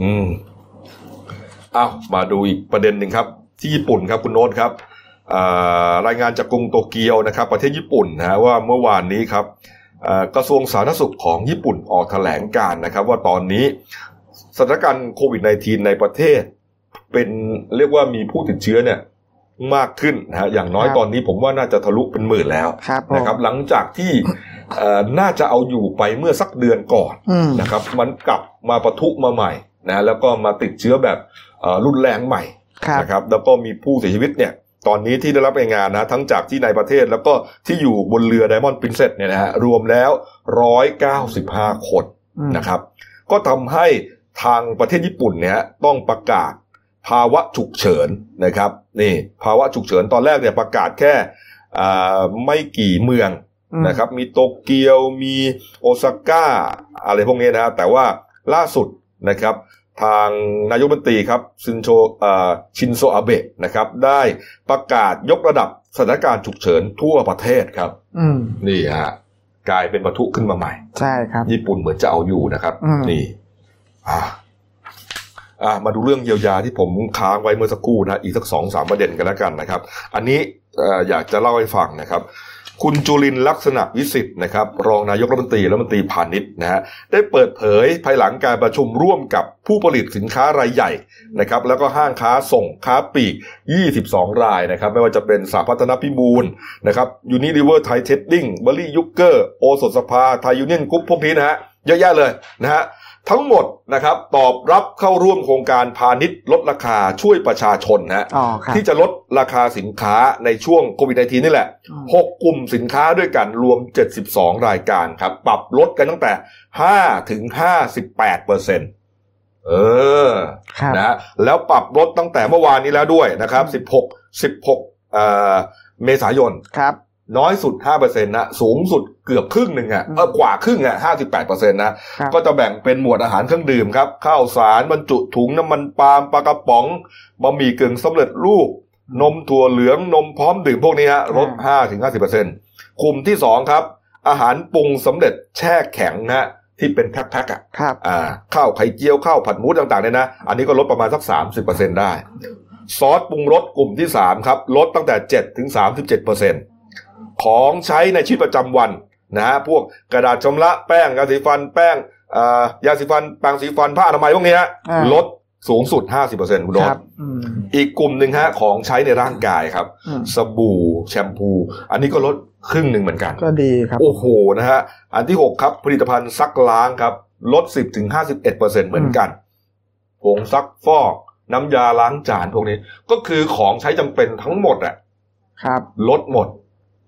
มาดูอีกประเด็นหนึ่งครับที่ญี่ปุ่นครับคุณโน้ตครับรายงานจากกรุงโตเกียวนะครับประเทศญี่ปุ่นนะว่าเมื่อวานนี้ครับกระทรวงสาธารณสุขของญี่ปุ่นออกแถลงการนะครับว่าตอนนี้สถานการณ์โควิด -19 ในประเทศเป็นเรียกว่ามีผู้ติดเชื้อเนี่ยมากขึ้นนะฮะอย่างน้อยตอนนี้ผมว่าน่าจะทะลุเป็นหมื่นแล้วนะครับหลังจากที่น่าจะเอาอยู่ไปเมื่อสักเดือนก่อนนะครับมันกลับมาปะทุมาใหม่นะแล้วก็มาติดเชื้อแบบรุนแรงใหม่นะครับแล้วก็มีผู้เสียชีวิตเนี่ยตอนนี้ที่ได้รับรายงานนะทั้งจากที่ในประเทศแล้วก็ที่อยู่บนเรือ Diamond Princess เนี่ยนะฮะรวมแล้ว195 คนนะครับก็ทำให้ทางประเทศญี่ปุ่นเนี่ยต้องประกาศภาวะฉุกเฉินนะครับนี่ภาวะฉุกเฉินตอนแรกเนี่ยประกาศแค่ไม่กี่เมืองนะครับมีโตเกียวมีโอซาก้าอะไรพวกนี้นะแต่ว่าล่าสุดนะครับทางนายกรัฐมนตรีครับชินโซอาเบะนะครับได้ประกาศยกระดับสถานการณ์ฉุกเฉินทั่วประเทศครับนี่ฮะกลายเป็นปะทุขึ้นมาใหม่ใช่ครับญี่ปุ่นเหมือนจะเอาอยู่นะครับนี่มาดูเรื่องเยียวยาที่ผมค้างไว้เมื่อสักครู่นะอีกสัก 2-3 ประเด็นกันแล้วกันนะครับอันนี้อยากจะเล่าให้ฟังนะครับคุณจุลินทร์ลักษณะวิสิทธิ์นะครับรองนายกรัฐมนตรีและรัฐมนตรีพาณิชย์นะฮะได้เปิดเผยภายหลังการประชุมร่วมกับผู้ผลิตสินค้ารายใหญ่นะครับแล้วก็ห้างค้าส่งค้าปลีก22 รายนะครับไม่ว่าจะเป็นสหพัฒนพิบูลนะครับยูนิลิเวอร์ไทยเทรดดิ้งเบอร์รี่ยุกเกอร์โอสถสภาไทยยูเนียนกรุ๊ปพวกนี้นะฮะเยอะแยะเลยนะฮะทั้งหมดนะครับตอบรับเข้าร่วมโครงการพาณิชย์ลดราคาช่วยประชาชนนะที่จะลดราคาสินค้าในช่วงโควิด -19 นี่แหละ6 กลุ่มสินค้าด้วยกันรวม72 รายการครับปรับลดกันตั้งแต่5 ถึง 58% นะแล้วปรับลดตั้งแต่เมื่อวานนี้แล้วด้วยนะครับ16เมษายนครับน้อยสุด 5% นะสูงสุดเกือบครึ่งนึงกว่าครึ่ง58% นะก็จะแบ่งเป็นหมวดอาหารเครื่องดื่มครับข้าวสารบรรจุถุงน้ำมันปาล์มปลากระป๋องบะหมี่กึ่งสำเร็จรูปนมถั่วเหลืองนมพร้อมดื่มพวกนี้ฮะลด 5-50% กลุ่มที่2ครับอาหารปรุงสำเร็จแช่แข็งนะที่เป็นแพ็คๆข้าวไข่เจียวข้าวผัดหมูต่างๆเนี่ยนะอันนี้ก็ลดประมาณสัก 30% ได้ซอสปรุงรสกลุ่มที่3ครับลดตั้งแต่ 7-37%ของใช้ในชีวิตประจำวันนะฮะพวกกระดาษชำระแป้งยาสีฟันแป้งยาสีฟันแปรงสีฟันผ้าอนามัยพวกนี้ลดสูงสุด 50% คุณโดนอีกกลุ่มหนึ่งฮะของใช้ในร่างกายครับสบู่แชมพูอันนี้ก็ลดครึ่งหนึ่งเหมือนกันก็ดีครับโอ้โหนะฮะอันที่6ครับผลิตภัณฑ์ซักล้างครับลด 10-51% เหมือนกันผงซักฟอกน้ำยาล้างจานพวกนี้ก็คือของใช้จำเป็นทั้งหมดครับลดหมด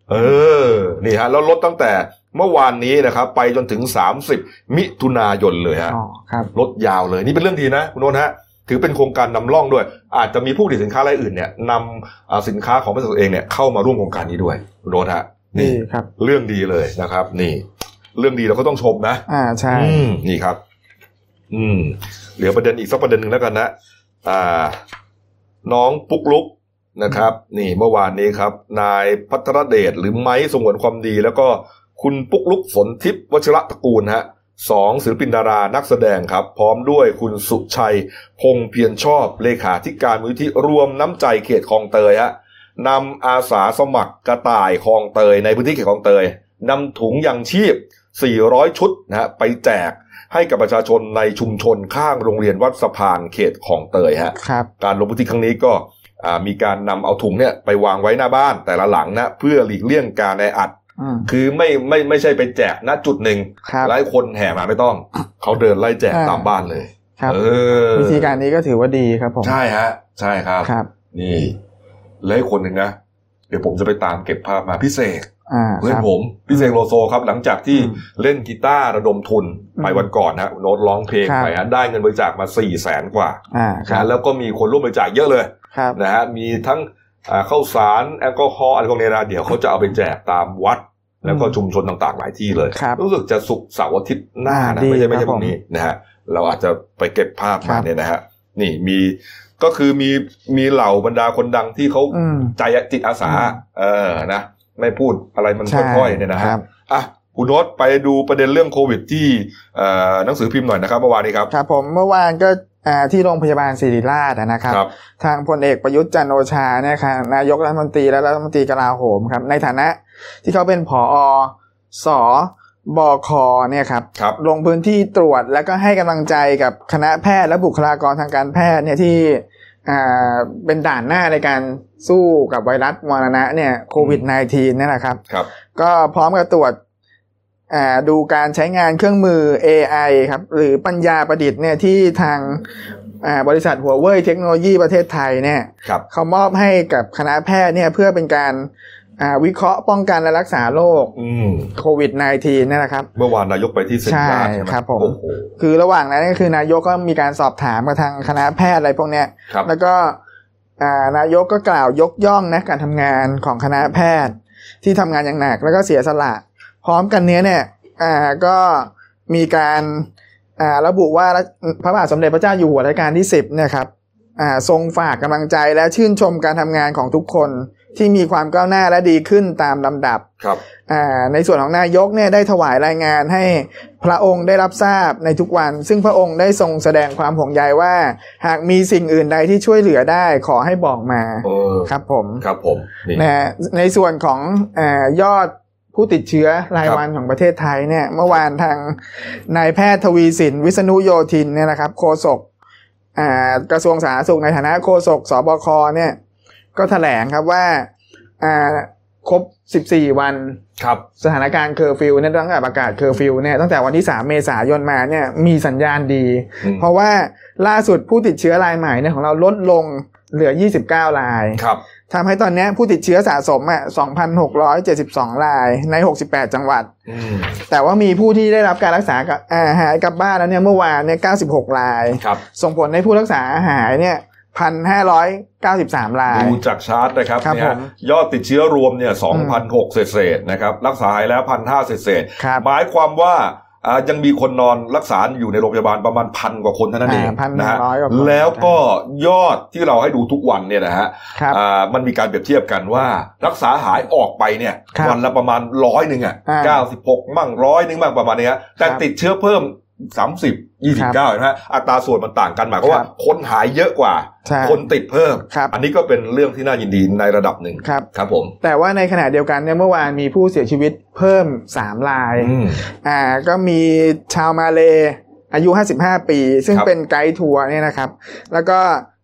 นี่ฮะแล้วลดตั้งแต่เมื่อวานนี้นะครับไปจนถึง30มิถุนายนเลยฮะลดยาวเลยนี่เป็นเรื่องดีนะคุณโน้นฮะถือเป็นโครงการนำร่องด้วยอาจจะมีผู้ผลิตสินค้ารายอื่นเนี่ยนำสินค้าของบริษัทเองเนี่ยเข้ามาร่วมโครงการนี้ด้วยคุณโน้นฮะนี่ครับเรื่องดีเลยนะครับนี่เรื่องดีเราก็ต้องชมนะใช่นี่ครับเหลือประเด็นอีกสักประเด็นหนึ่งแล้วกันนะน้องปุ๊กลุกนะครับนี่เมื่อวานนี้ครับนายภัทรเดชหรือไม้สงวนความดีแล้วก็คุณปุ๊กลุกฝนทิพย์วชิระตระกูลฮะ2ศิลปินดารานักแสดงครับพร้อมด้วยคุณสุชัยพงษ์เพียรชอบเลขาธิการมูลนิธิรวมน้ำใจเขตคลองเตยฮะนำอาสาสมัครกระต่ายคลองเตยในพื้นที่เขตคลองเตยนำถุงยังชีพ400ชุดนะฮะไปแจกให้กับประชาชนในชุมชนข้างโรงเรียนวัดสะพานเขตคลองเตยฮะการลงพื้นที่ครั้งนี้ก็มีการนำเอาถุงเนี่ยไปวางไว้หน้าบ้านแต่ละหลังนะเพื่อหลีกเลี่ยงการแออัดคือไม่ใช่ไปแจกณจุดหนึ่งหลายคนแห่มาไม่ต้องเขาเดินไล่แจกตามบ้านเลยวิธีการนี้ก็ถือว่าดีครับผมใช่ฮะใช่ครับนี่แล้วคนหนึ่งนะเดี๋ยวผมจะไปตามเก็บภาพมาพี่เสกเพื่อนผมพี่เสกโลโซครับหลังจากที่เล่นกีตาร์ระดมทุนไปวันก่อนนะโน้ตร้องเพลงไปฮะได้เงินบริจาคมา 400,000 กว่าแล้วก็มีคนร่วมบริจาคเยอะเลยนะฮะมีทั้งข้าวสารแอลกอฮอล์อะไรพวกนี้นะเดี๋ยวเขาจะเอาไปแจกตามวัดแล้วก็ชุมชนต่างๆหลายที่เลยรู้สึกจะศุกร์เสาร์อาทิตย์หน้านะไม่ใช่พรุ่งนี้นะฮะเราอาจจะไปเก็บภาพมาเนี่ยนะฮะนี่ก็คือมีเหล่าบรรดาคนดังที่เขาใจจิตอาสานะไม่พูดอะไรมันค่อยๆเนี่ยนะฮะคุณโน้ตไปดูประเด็นเรื่องโควิดที่หนังสือพิมพ์หน่อยนะครับเมื่อวานนี้ครับครับผมเมื่อวานก็ที่โรงพยาบาลศิริราชนะครับทางพลเอกประยุทธ์จันทร์โอชาเนี่ยครับนายกรัฐมนตรีและรัฐมนตรีกลาโหมครับในฐานะที่เขาเป็นผอ.สบค.เนี่ยครับลงพื้นที่ตรวจแล้วก็ให้กำลังใจกับคณะแพทย์และบุคลากรทางการแพทย์เนี่ยที่เป็นด่านหน้าในการสู้กับไวรัสมรณะเนี่ยโควิด -19 นี่แหละครับก็พร้อมกับตรวจดูการใช้งานเครื่องมือ AI ครับหรือปัญญาประดิษฐ์เนี่ยที่ทางบริษัทหัวเว่ยเทคโนโลยีประเทศไทยเนี่ยเขามอบให้กับคณะแพทย์เนี่ยเพื่อเป็นการวิเคราะห์ป้องกันและรักษาโรคโควิด -19 นี่แหละครับเมื่อวานนายกไปที่เซ็นทรัลใช่ไหมครับผมคือระหว่างนั้นก็คือนายกก็มีการสอบถามกับทางคณะแพทย์อะไรพวกเนี้ยแล้วก็นายกก็กล่าวยกย่องนะการทำงานของคณะแพทย์ที่ทำงานอย่างหนักแล้วก็เสียสละพร้อมกันนี้เนี่ยก็มีการระบุว่าพระบาทสมเด็จพระเจ้าอยู่หัวรัชกาลที่10เนี่ยครับทรงฝากกำลังใจและชื่นชมการทำงานของทุกคนที่มีความก้าวหน้าและดีขึ้นตามลำดับในส่วนของนายกเนี่ยได้ถวายรายงานให้พระองค์ได้รับทราบในทุกวันซึ่งพระองค์ได้ทรงแสดงความห่วงใยว่าหากมีสิ่งอื่นใดที่ช่วยเหลือได้ขอให้บอกมาครับผมในส่วนของยอดผู้ติดเชื้อรายวันของประเทศไทยเนี่ยเมื่อวานทางนายแพทย์ทวีสินวิษณุโยธินเนี่ยนะครับโฆษกกระทรวงสาธารณสุขในฐานะโฆษกสบคเนี่ยก็แถลงครับว่าครบ14วันสถานการณ์เคอร์ฟิวเนี่ยตั้งแต่ประกาศเคอร์ฟิวเนี่ยตั้งแต่วันที่3เมษายนมาเนี่ยมีสัญญาณดีเพราะว่าล่าสุดผู้ติดเชื้อรายใหม่เนี่ยของเราลดลงเหลือ29รายทำให้ตอนนี้ผู้ติดเชื้อสะสม2,672 รายใน68จังหวัดแต่ว่ามีผู้ที่ได้รับการรักษาหายกลับบ้านแล้วเนี่ยเมื่อวานเนี่ย96รายส่งผลให้ผู้รักษาหายเนี่ย1,593 รายดูจากชาร์ตนะครับเนี่ยยอดติดเชื้อรวมเนี่ย 2,600 เศษๆนะครับรักษาหายแล้ว 1,500 เศษๆหมายความว่ายังมีคนนอนรักษาอยู่ในโรงพยาบาลประมาณ1,000 กว่าคนเท่านั้นเองนะฮะแล้วก็ยอดที่เราให้ดูทุกวันเนี่ยนะฮะมันมีการเปรียบเทียบกันว่ารักษาหายออกไปเนี่ยวันละประมาณ100นึง96มั่ง100นึงมั่งประมาณนี้ฮะแต่ติดเชื้อเพิ่ม30 29เห็นไหมอัตราส่วนมันต่างกันหมายความว่าคนหายเยอะกว่าคนติดเพิ่มอันนี้ก็เป็นเรื่องที่น่ายินดีในระดับหนึ่งครับผมแต่ว่าในขณะเดียวกันเนี่ยเมื่อวานมีผู้เสียชีวิตเพิ่ม3รายก็มีชาวมาเลอายุ55ปีซึ่งเป็นไกด์ทัวร์เนี่ยนะครับแล้วก็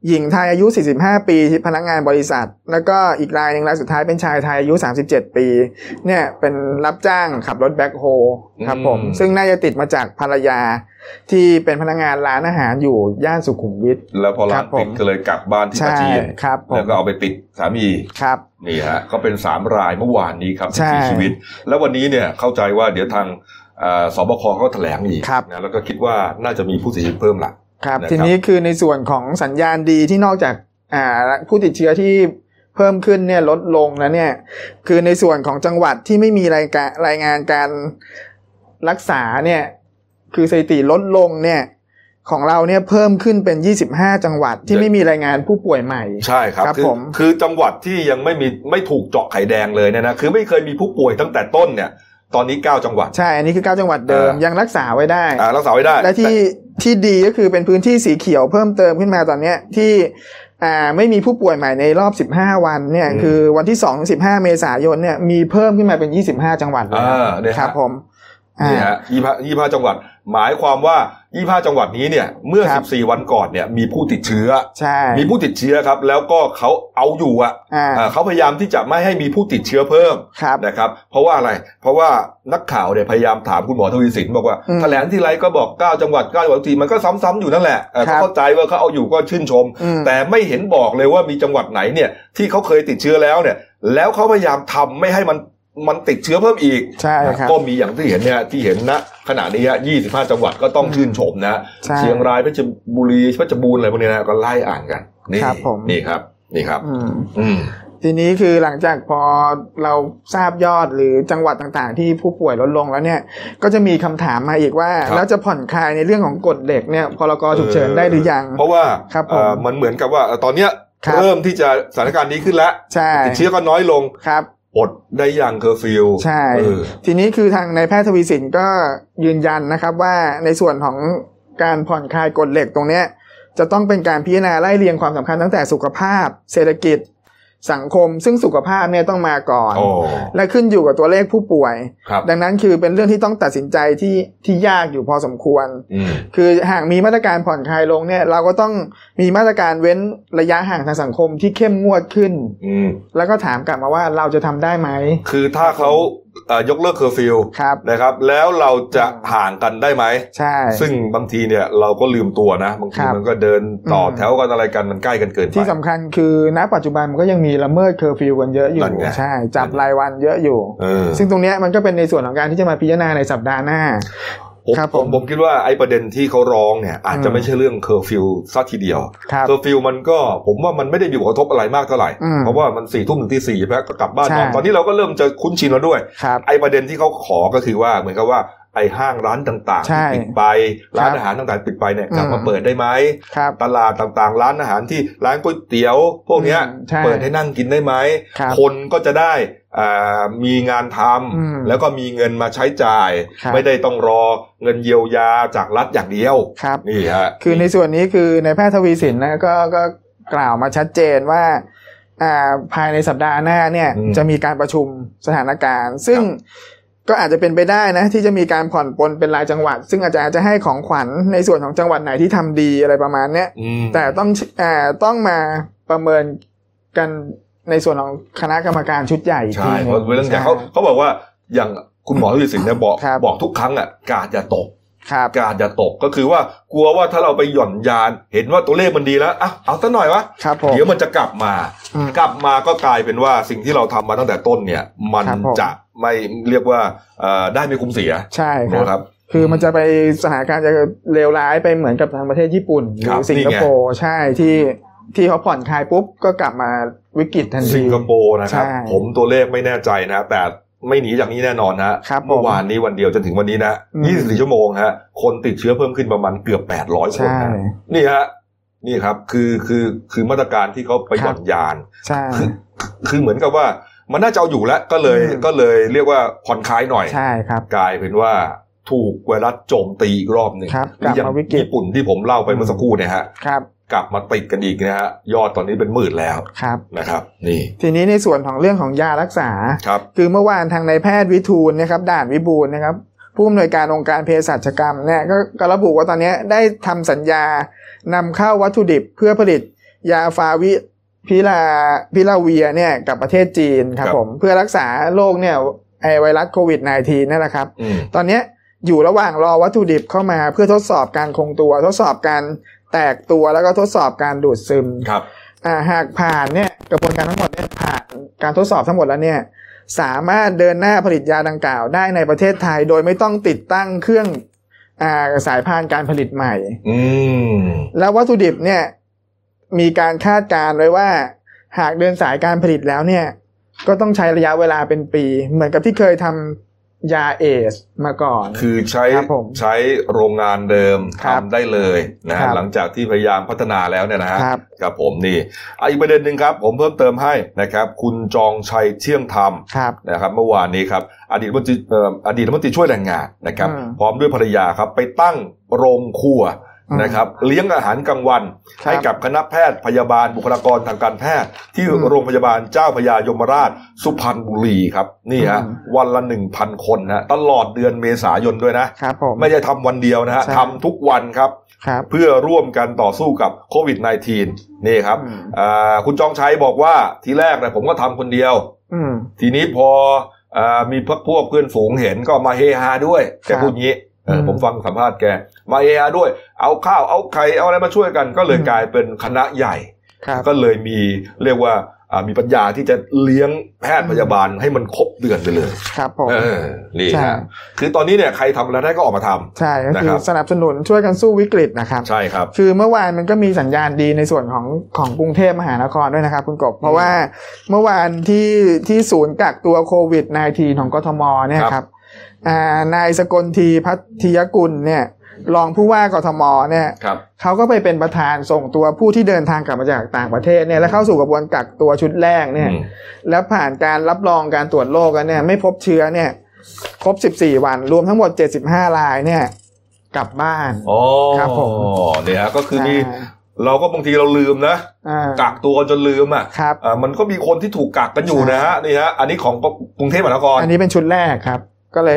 หญิงไทยอายุ45ปีพนักงานบริษัทแล้วก็อีกรายนึงรายสุดท้ายเป็นชายไทยอายุ37ปีเนี่ยเป็นรับจ้างขับรถแบ็คโฮครับผมซึ่งน่าจะติดมาจากภรรยาที่เป็นพนักงานร้านอาหารอยู่ย่านสุขุมวิทแล้วพอร้านปิดก็เลยกลับบ้านที่ปราจีนแล้วก็เอาไปติดสามีครับนี่ฮะก็เป็น3รายเมื่อวานนี้ครับที่เสียชีวิตแล้ววันนี้เนี่ยเข้าใจว่าเดี๋ยวทางสบคเขาแถลงอีกนะแล้วก็คิดว่าน่าจะมีผู้เสียชีวิตเพิ่มละครับทีนี้คือในส่วนของสัญญาณดีที่นอกจากผู้ติดเชื้อที่เพิ่มขึ้นเนี่ยลดลงแล้วเนี่ยคือในส่วนของจังหวัดที่ไม่มีรายงานการรักษาเนี่ยคือสถิติลดลงเนี่ยของเราเนี่ยเพิ่มขึ้นเป็น25จังหวัดที่ไม่มีรายงานผู้ป่วยใหม่ใช่ครับคือจังหวัดที่ยังไม่ถูกเจาะไข่แดงเลยเนี่ยนะคือไม่เคยมีผู้ป่วยตั้งแต่ต้นเนี่ยตอนนี้9จังหวัดใช่อันนี้คือ9จังหวัดเดิมยังรักษาไว้ได้รักษาไว้ได้และที่ดีก็คือเป็นพื้นที่สีเขียวเพิ่มเติมขึ้นมาตอนนี้ที่ไม่มีผู้ป่วยใหม่ในรอบ15วันเนี่ยคือวันที่2ถึง15เมษายนเนี่ยมีเพิ่มขึ้นมาเป็น25จังหวัดเลยครับผมนี่ฮะ25จังหวัดหมายความว่า25จังหวัดนี้เนี่ยเมื่อ14วันก่อนเนี่ยมีผู้ติดเชื้อมีผู้ติดเชื้อครับแล้วก็เขาเอาอยู่เขาพยายามที่จะไม่ให้มีผู้ติดเชื้อเพิ่มนะครับเพราะว่าอะไรเพราะว่านักข่าวเนี่ยพยายามถามคุณหมอทวีสินบอกว่าแถลงทีไรก็บอก9จังหวัด9จังหวัดทีมันก็ซ้ำๆอยู่นั่นแหละเขาเข้าใจว่าเขาเอาอยู่ก็ชื่นชมแต่ไม่เห็นบอกเลยว่ามีจังหวัดไหนเนี่ยที่เขาเคยติดเชื้อแล้วเนี่ยแล้วเขาพยายามทำไม่ให้มันติดเชื้อเพิ่มอีกใช่ครับก็มีอย่างที่เห็นเนี่ยที่เห็นนะขณะนี้25จังหวัดก็ต้องชื่นชมนะเชียงรายเพชรบุรีเพชรบูรณ์อะไรพวกนี้นะก็ไล่อ่านกันนี่ครับทีนี้คือหลังจากพอเราทราบยอดหรือจังหวัดต่างๆที่ผู้ป่วยลดลงแล้วเนี่ยก็จะมีคำถามมาอีกว่าแล้วจะผ่อนคลายในเรื่องของกฎเหล็กเนี่ยพรกฉุกเฉินได้หรือยังเพราะว่ามันเหมือนกับว่าตอนเนี้ยเริ่มที่จะสถานการณ์นี้ขึ้นแล้วติดเชื้อก็น้อยลงครับอดได้อย่างเคอร์ฟิวใช่ทีนี้คือทางนายแพทย์ทวีสินก็ยืนยันนะครับว่าในส่วนของการผ่อนคลายกฎเหล็กตรงนี้จะต้องเป็นการพิจารณาไล่เรียงความสำคัญตั้งแต่สุขภาพเศรษฐกิจสังคมซึ่งสุขภาพเนี่ยต้องมาก่อนและขึ้นอยู่กับตัวเลขผู้ป่วยดังนั้นคือเป็นเรื่องที่ต้องตัดสินใจที่ยากอยู่พอสมควรคือหากมีมาตรการผ่อนคลายลงเนี่ยเราก็ต้องมีมาตรการเว้นระยะห่างทางสังคมที่เข้มงวดขึ้นแล้วก็ถามกลับมาว่าเราจะทำได้ไหมคือถ้าเขายกเลิกเคอร์ฟิวนะครับแล้วเราจะห่างกันได้ไหมใช่ซึ่งบางทีเนี่ยเราก็ลืมตัวนะบางทีมันก็เดินต่อแถวกันอะไรกันมันใกล้กันเกินไปที่สำคัญคือณปัจจุบันมันก็ยังมีละเมิดเคอร์ฟิวกันเยอะอยู่ใช่จับรายวันเยอะอยู่ซึ่งตรงนี้มันก็เป็นในส่วนของการที่จะมาพิจารณาในสัปดาห์หน้าผมคิดว่าไอ้ประเด็นที่เขาร้องเนี่ยอาจจะไม่ใช่เรื่องเคอร์ฟิวซะทีเดียวเคอร์ฟิวมันก็ผมว่ามันไม่ได้มีผลกระทบอะไรมากเท่าไหร่เพราะว่ามัน4 ทุ่มถึงตี 4แล้วก็กลับบ้านนอนตอนนี้เราก็เริ่มจะคุ้นชินแล้วด้วยไอ้ประเด็นที่เขาขอก็คือว่าเหมือนกับว่าไอ้ห้างร้านต่างๆปิดไปร้านอาหารต่างๆปิดไปเนี่ยกลับมาเปิดได้ไหมตลาดต่างๆร้านอาหารที่ร้านก๋วยเตี๋ยวพวกเนี้ยเปิดให้นั่งกินได้ไหมคนก็จะได้มีงานทำแล้วก็มีเงินมาใช้จ่ายไม่ได้ต้องรอเงินเยียวยาจากรัฐอย่างเดียวนี่ฮะคือในส่วนนี้คือในแพทย์ทวีสินนะก็กล่าวมาชัดเจนว่าภายในสัปดาห์หน้าเนี่ยจะมีการประชุมสถานการณ์ซึ่งก็อาจจะเป็นไปได้นะที่จะมีการผ่อนปลนเป็นรายจังหวัดซึ่งอาจจะให้ของขวัญในส่วนของจังหวัดไหนที่ทำดีอะไรประมาณเนี้ยแต่ต้องมาประเมินกันในส่วนของคณะกรรมการชุดใหญ่ใช่เพราะเรื่องอย่างเขาบอกว่าอย่างคุณหมอทวีสินเนี่ยบอกทุกครั้งกาดอย่าตกกาดอย่าตกก็คือว่ากลัวว่าถ้าเราไปหย่อนยานเห็นว่าตัวเลขมันดีแล้วเอาซะหน่อยวะเดี๋ยวมันจะกลับมาก็กลายเป็นว่าสิ่งที่เราทำมาตั้งแต่ต้นเนี่ยมันจะไม่เรียกว่าได้ไม่คุ้มเสียใช่ครับคือมันจะไปสถานการณ์จะเลวร้ายไปเหมือนกับทางประเทศญี่ปุ่นหรือสิงคโปร์ใช่ที่เขาผ่อนคลายปุ๊บก็กลับมาวิกฤตทันทีสิงคโปร์นะครับผมตัวเลขไม่แน่ใจนะแต่ไม่หนีจากนี้แน่นอนนะเมื่อวานนี้วันเดียวจนถึงวันนี้นะ24ชั่วโมงฮะคนติดเชื้อเพิ่มขึ้นประมาณเกือบ800คนนะนี่ฮะนี่ครับคือมาตรการที่เขาไปหย่อนยานคือเหมือนกับว่ามันน่าจะเอาอยู่แล้วก็เลยเรียกว่าผ่อนคลายหน่อยใช่ครับกลายเป็นว่าถูกไวรัสโจมตีอีกรอบนึงอย่างญี่ปุ่นที่ผมเล่าไปเมื่อสักครู่เนี่ยฮะกลับมาติดกันอีกนะฮะยอดตอนนี้เป็น10,000แล้วนะครับนี่ทีนี้ในส่วนของเรื่องของยารักษาคือเมื่อวานทางนายแพทย์วิทูลนะครับด่านวิบูลย์นะครับผู้อำนวยการองค์การเภสัชกรรมเนี่ยก็ระบุว่าตอนนี้ได้ทำสัญญานำเข้าวัตถุดิบเพื่อผลิตยาฟาวิพิลาเวียเนี่ยกับประเทศจีนครับผมเพื่อรักษาโรคเนี่ยไวรัสโควิด -19 นั่นแหละครับตอนนี้อยู่ระหว่างรอวัตถุดิบเข้ามาเพื่อทดสอบการคงตัวทดสอบการแตกตัวแล้วก็ทดสอบการดูดซึมหากผ่านเนี่ยกระบวนการทั้งหมดเนี่ยผ่านการทดสอบทั้งหมดแล้วเนี่ยสามารถเดินหน้าผลิตยาดังกล่าวได้ในประเทศไทยโดยไม่ต้องติดตั้งเครื่องสายพานการผลิตใหม่แล้ววัตถุดิบเนี่ยมีการคาดการณ์ไว้ว่าหากเดินสายการผลิตแล้วเนี่ยก็ต้องใช้ระยะเวลาเป็นปีเหมือนกับที่เคยทำยาเอสมาก่อนคือใช้โรงงานเดิมทำได้เลยนะหลังจากที่พยายามพัฒนาแล้วเนี่ยนะฮะครับผมนี่อีกประเด็นหนึ่งครับผมเพิ่มเติมให้นะครับคุณจองชัยเที่ยงธรรมนะครับเมื่อวานนี้ครับอดีตรัฐมนตรีช่วยแรงงานนะครับพร้อมด้วยภรรยาครับไปตั้งโรงครัวนะครับเลี้ยงอาหารกลางวันให้กับคณะแพทย์พยาบาลบุคลากรทางการแพทย์ที่โรงพยาบาลเจ้าพระยายมราชสุพรรณบุรีครับนี่ฮะวันละ 1,000 คนนะตลอดเดือนเมษายนด้วยนะไม่ใช่ทำวันเดียวนะฮะทำทุกวันครับเพื่อร่วมกันต่อสู้กับโควิด -19 นี่ครับคุณจองชัยบอกว่าทีแรกนะผมก็ทำคนเดียวทีนี้พอมีพวกเพื่อนฝูงเห็นก็มาเฮฮาด้วยแกพูดงี้ผมฟังสัมภาษณ์แกมาเฮฮาด้วยเอาข้าวเอาไข่เอาอะไรมาช่วยกันก็เลยกลายเป็นคณะใหญ่ก็เลยมีเรียกว่ามีปัญญาที่จะเลี้ยงแพทย์พยาบาลให้มันครบเดือนไปเลยครับผมนี่ฮะคือตอนนี้เนี่ยใครทำอะไรได้ก็ออกมาทำใช่ก็คือสนับสนุนช่วยกันสู้วิกฤตนะครับใช่ครับคือเมื่อวานมันก็มีสัญญาณดีในส่วนของกรุงเทพมหานครด้วยนะครับคุณกบเพราะว่าเมื่อวานที่ศูนย์กักตัวโควิด -19 ของกทมเนี่ยครับนายสกลทีพัทยกุลเนี่ยรองผู้ว่ากทมเนี่ยเขาก็ไปเป็นประธานส่งตัวผู้ที่เดินทางกลับมาจากต่างประเทศเนี่ยแล้วเข้าสู่กระบวนกักตัวชุดแรกเนี่ยแล้วผ่านการรับรองการตรวจโรคกันเนี่ยไม่พบเชื้อเนี่ยครบ14วันรวมทั้งหมด75รายเนี่ยกลับบ้านครับผมเนี่ยฮะก็คือมีเราก็บางทีเราลืมนะกักตัวจนลืมมันก็มีคนที่ถูกกักกันอยู่นะฮะนี่ฮะอันนี้ของกรุงเทพมหานครอันนี้เป็นชุดแรกครับก็เลย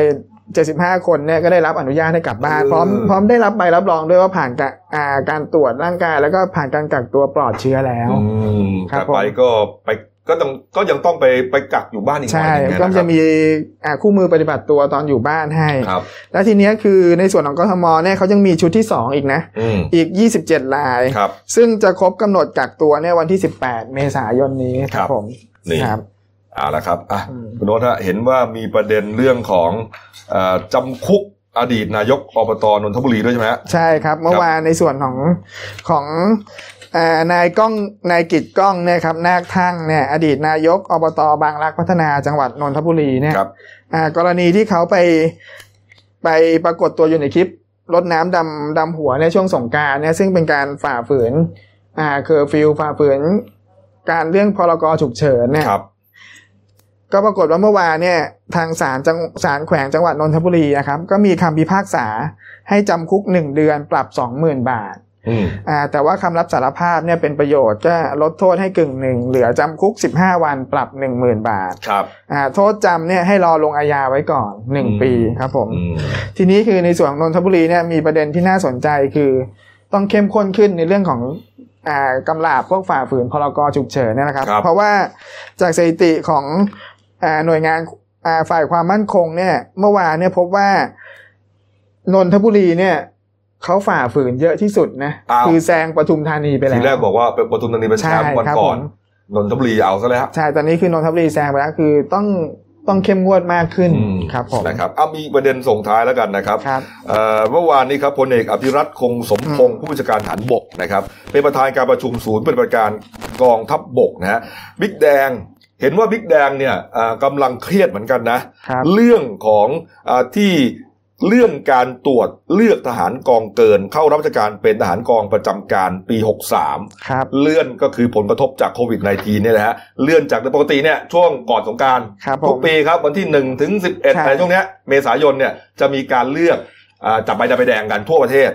75คนเนี่ยก็ได้รับอนุญาตให้กลับบ้านพร้อมได้รับใบรับรองด้วยว่าผ่านการตรวจร่างกายแล้วก็ผ่านการกักตัวปลอดเชื้อแล้วครับไปก็ยังต้องไปกักอยู่บ้านอีกหน่อยนึงก็จะมีคู่มือปฏิบัติตัวตอนอยู่บ้านให้แล้วทีนี้คือในส่วนของกทมเนี่ยเขายังมีชุดที่2อีกนะอีก27รายซึ่งจะครบกำหนดกักตัวเนี่ยวันที่18เมษายนนี้ครับผมนี่ครับละครับคุณโน้ตฮะเห็นว่ามีประเด็นเรื่องของจำคุกอดีตนายกอบต.นนทบุรีด้วยใช่ไหมใช่ครับเมื่อวานในส่วนของนายกิจก้องเนี่ยครับนาคทั่งเนี่ยอดีตนายกอบต.บางรักพัฒนาจังหวัดนนทบุรีเนี่ยกรณีที่เขาไปปรากฏตัวอยู่ในคลิปรดน้ำดำหัวในช่วงสงกรานต์เนี่ยซึ่งเป็นการฝ่าฝืนเคอร์ฟิวฝ่าฝืนการเรื่องพรก.ฉุกเฉินเนี่ยก็ปรากฏว่าเมื่อวานเนี่ยทางศาลแขวงจังหวัดนนทบุรีนะครับก็มีคำพิพากษาให้จำคุก1เดือนปรับ 20,000 บาทแต่ว่าคำรับสารภาพเนี่ยเป็นประโยชน์ก็ลดโทษให้กึ่งหนึ่งเหลือจำคุก15วันปรับ 10,000 บาทครับโทษจำเนี่ยให้รอลงอาญาไว้ก่อน1ปีครับผมทีนี้คือในส่วนนนทบุรีเนี่ยมีประเด็นที่น่าสนใจคือต้องเข้มข้นขึ้นในเรื่องของกำราบพวกฝ่าฝืนพรก.ฉุกเฉินเนี่ยนะครับเพราะว่าจากสถิติของหน่วยงานฝ่ายความมั่นคงเนี่ยเมื่อวานเนี่ยพบว่านนทบุรีเนี่ยเขาฝ่าฝืนเยอะที่สุดนะคือแซงปทุมธานีไปแล้วทีแรกบอกว่าปทุมธานีเป็นแชมป์วันก่อนนนทบุรีเอาซะแล้วใช่ตอนนี้คือนนทบุรีแซงไปแล้วคือต้องเข้มงวดมากขึ้นครับผมนะครับมีประเด็นส่งท้ายแล้วกันนะครับเมื่อวานนี้ครับพลเอกอภิรัตคงสมพงศ์ผู้บัญชาการทหารบกนะครับเป็นประธานการประชุมศูนย์ปฏิบัติการกองทัพบกนะฮะบิ๊กแดงเห็นว่าบิ๊กแดงเนี่ยกำลังเครียดเหมือนกันนะเรื่องของที่เรื่องการตรวจเลือกทหารกองเกินเข้ารับราชการเป็นทหารกองประจำการปี63เลื่อนก็คือผลกระทบจากโควิด -19 เนี่ยแหละฮะเลื่อนจากปกติเนี่ยช่วงก่อนสงกรานต์ทุกปีครับวันที่1ถึง11อะไรช่วงเนี้ยเมษายนเนี่ยจะมีการเลือกจับใบดำใบแดงกันทั่วประเทศ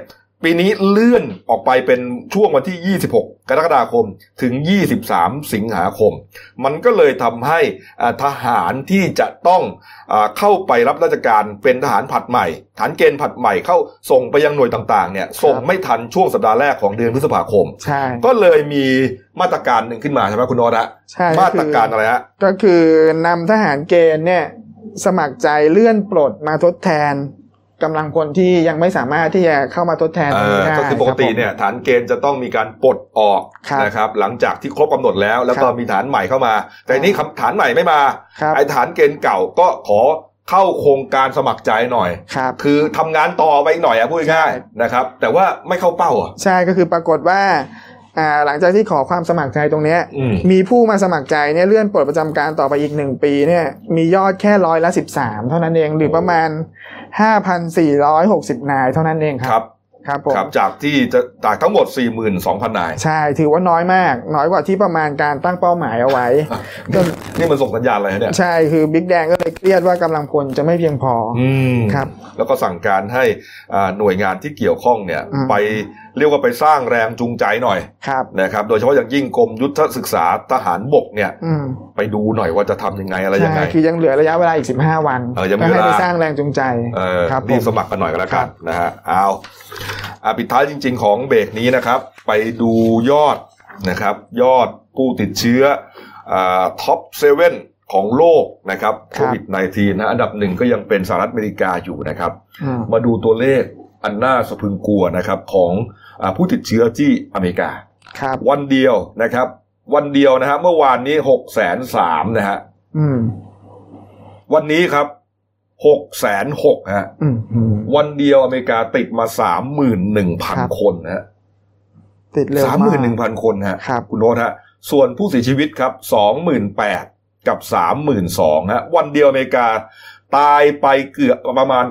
ปีนี้เลื่อนออกไปเป็นช่วงวันที่26กรกฎาคมถึง23สิงหาคมมันก็เลยทำให้ทหารที่จะต้องเข้าไปรับราชการเป็นทหารผัดใหม่ฐานเกณฑ์ผัดใหม่เข้าส่งไปยังหน่วยต่างๆเนี่ยส่งไม่ทันช่วงสัปดาห์แรกของเดือนพฤษภาคมก็เลยมีมาตรการหนึ่งขึ้นมาใช่ไหมคุณโน้ตฮะมาตรการอะไรฮะก็คือนำทหารเกณฑ์เนี่ยสมัครใจเลื่อนปลดมาทดแทนกำลังพลที่ยังไม่สามารถที่จะเข้ามาทดแทนได้ก็คือปกติเนี่ยฐานเกณฑ์จะต้องมีการปลดออกนะครับหลังจากที่ครบกำหนดแล้วก็มีฐานใหม่เข้ามาแต่นี้ฐานใหม่ไม่มาไอ้ฐานเกณฑ์เก่าก็ขอเข้าโครงการสมัครใจหน่อยคือทำงานต่อไปอีกหน่อยพูดง่ายๆนะครับแต่ว่าไม่เข้าเป้าใช่ก็คือปรากฏว่าหลังจากที่ขอความสมัครใจตรงนี้มีผู้มาสมัครใจเนี่ยเลื่อนปลดประจำการต่อไปอีก1ปีเนี่ยมียอดแค่13%เท่านั้นเองหรือประมาณ 5,460 นายเท่านั้นเองครับผมจากที่จะจากทั้งหมด 42,000 นายใช่ถือว่าน้อยมากน้อยกว่าที่ประมาณการตั้งเป้าหมายเอาไว้นี่มันส่งสัญญาณอะไรเนี่ยใช่คือบิ๊กแดงก็เลยเครียดว่ากำลังพลจะไม่เพียงพอครับแล้วก็สั่งการให้หน่วยงานที่เกี่ยวข้องเนี่ยไปเรียกว่าไปสร้างแรงจูงใจหน่อยนะครับโดยเฉพาะอย่างยิ่งกรมยุทธศึกษาทหารบกเนี่ยไปดูหน่อยว่าจะทำยังไงอะไรยังไงคือยังเหลือระยะเวลาอีก15 วันก็ให้ไปสร้างแรงจูงใจรีบสมัครกันหน่อยก็แล้วกันนะฮะเอาปิดท้ายจริงๆของเบรกนี้นะครับไปดูยอดนะครับยอดผู้ติดเชื้อท็อป7ของโลกนะครับโควิด -19 นะอันดับ1ก็ยังเป็นสหรัฐอเมริกาอยู่นะครับมาดูตัวเลขอันน่าสะพรึงกลัวนะครับของผู้ติดเชื้อที่อเมริกาวันเดียวนะครับวันเดียวนะฮะเมื่อวานนี้ 603,000 นะฮะวันนี้ครับ606,000ฮะวันเดียวอเมริกาติดมา 31,000 คนนะฮะติดเร็วมาก 31,000 คนฮะคุณโน้ตฮะส่วนผู้เสียชีวิตครับ 28,000 กับ 32,000 ฮะวันเดียวอเมริกาตายไปเกือบประมาณ